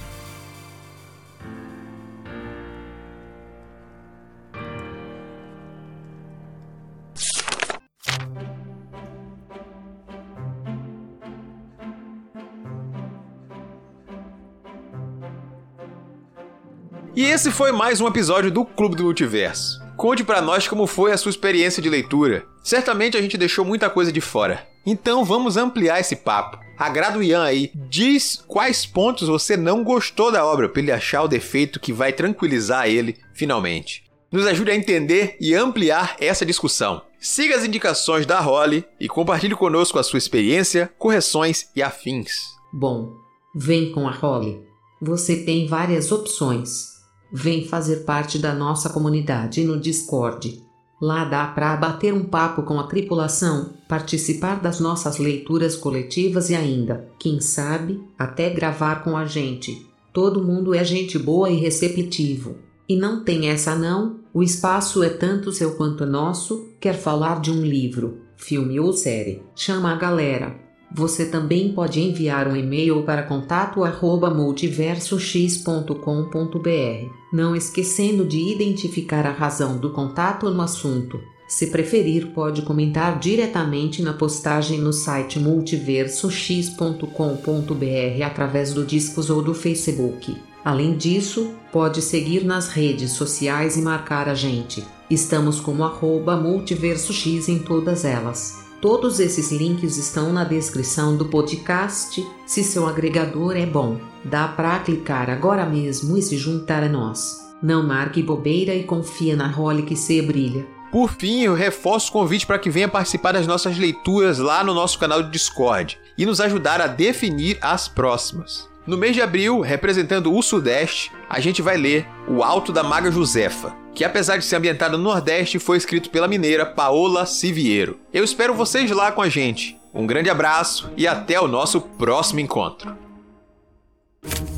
E esse foi mais um episódio do Clube do Multiverso. Conte pra nós como foi a sua experiência de leitura. Certamente a gente deixou muita coisa de fora. Então vamos ampliar esse papo. Agrada o Ian aí. Diz quais pontos você não gostou da obra, pra ele achar o defeito que vai tranquilizar ele finalmente. Nos ajude a entender e ampliar essa discussão. Siga as indicações da Holly e compartilhe conosco a sua experiência, correções e afins. Bom, vem com a Holly. Você tem várias opções. Vem fazer parte da nossa comunidade no Discord. Lá dá para bater um papo com a tripulação, participar das nossas leituras coletivas e ainda, quem sabe, até gravar com a gente. Todo mundo é gente boa e receptivo. E não tem essa não, o espaço é tanto seu quanto nosso. Quer falar de um livro, filme ou série? Chama a galera. Você também pode enviar um e-mail para contato@multiversox.com.br, não esquecendo de identificar a razão do contato no assunto. Se preferir, pode comentar diretamente na postagem no site multiversox.com.br através do Discos ou do Facebook. Além disso, pode seguir nas redes sociais e marcar a gente. Estamos como @multiversox em todas elas. Todos esses links estão na descrição do podcast. Se seu agregador é bom, dá para clicar agora mesmo e se juntar a nós. Não marque bobeira e confia na Holly que cê brilha. Por fim, eu reforço o convite para que venha participar das nossas leituras lá no nosso canal de Discord e nos ajudar a definir as próximas. No mês de abril, representando o Sudeste, a gente vai ler O Alto da Maga Josefa, que apesar de ser ambientado no Nordeste, foi escrito pela mineira Paola Siviero. Eu espero vocês lá com a gente. Um grande abraço e até o nosso próximo encontro.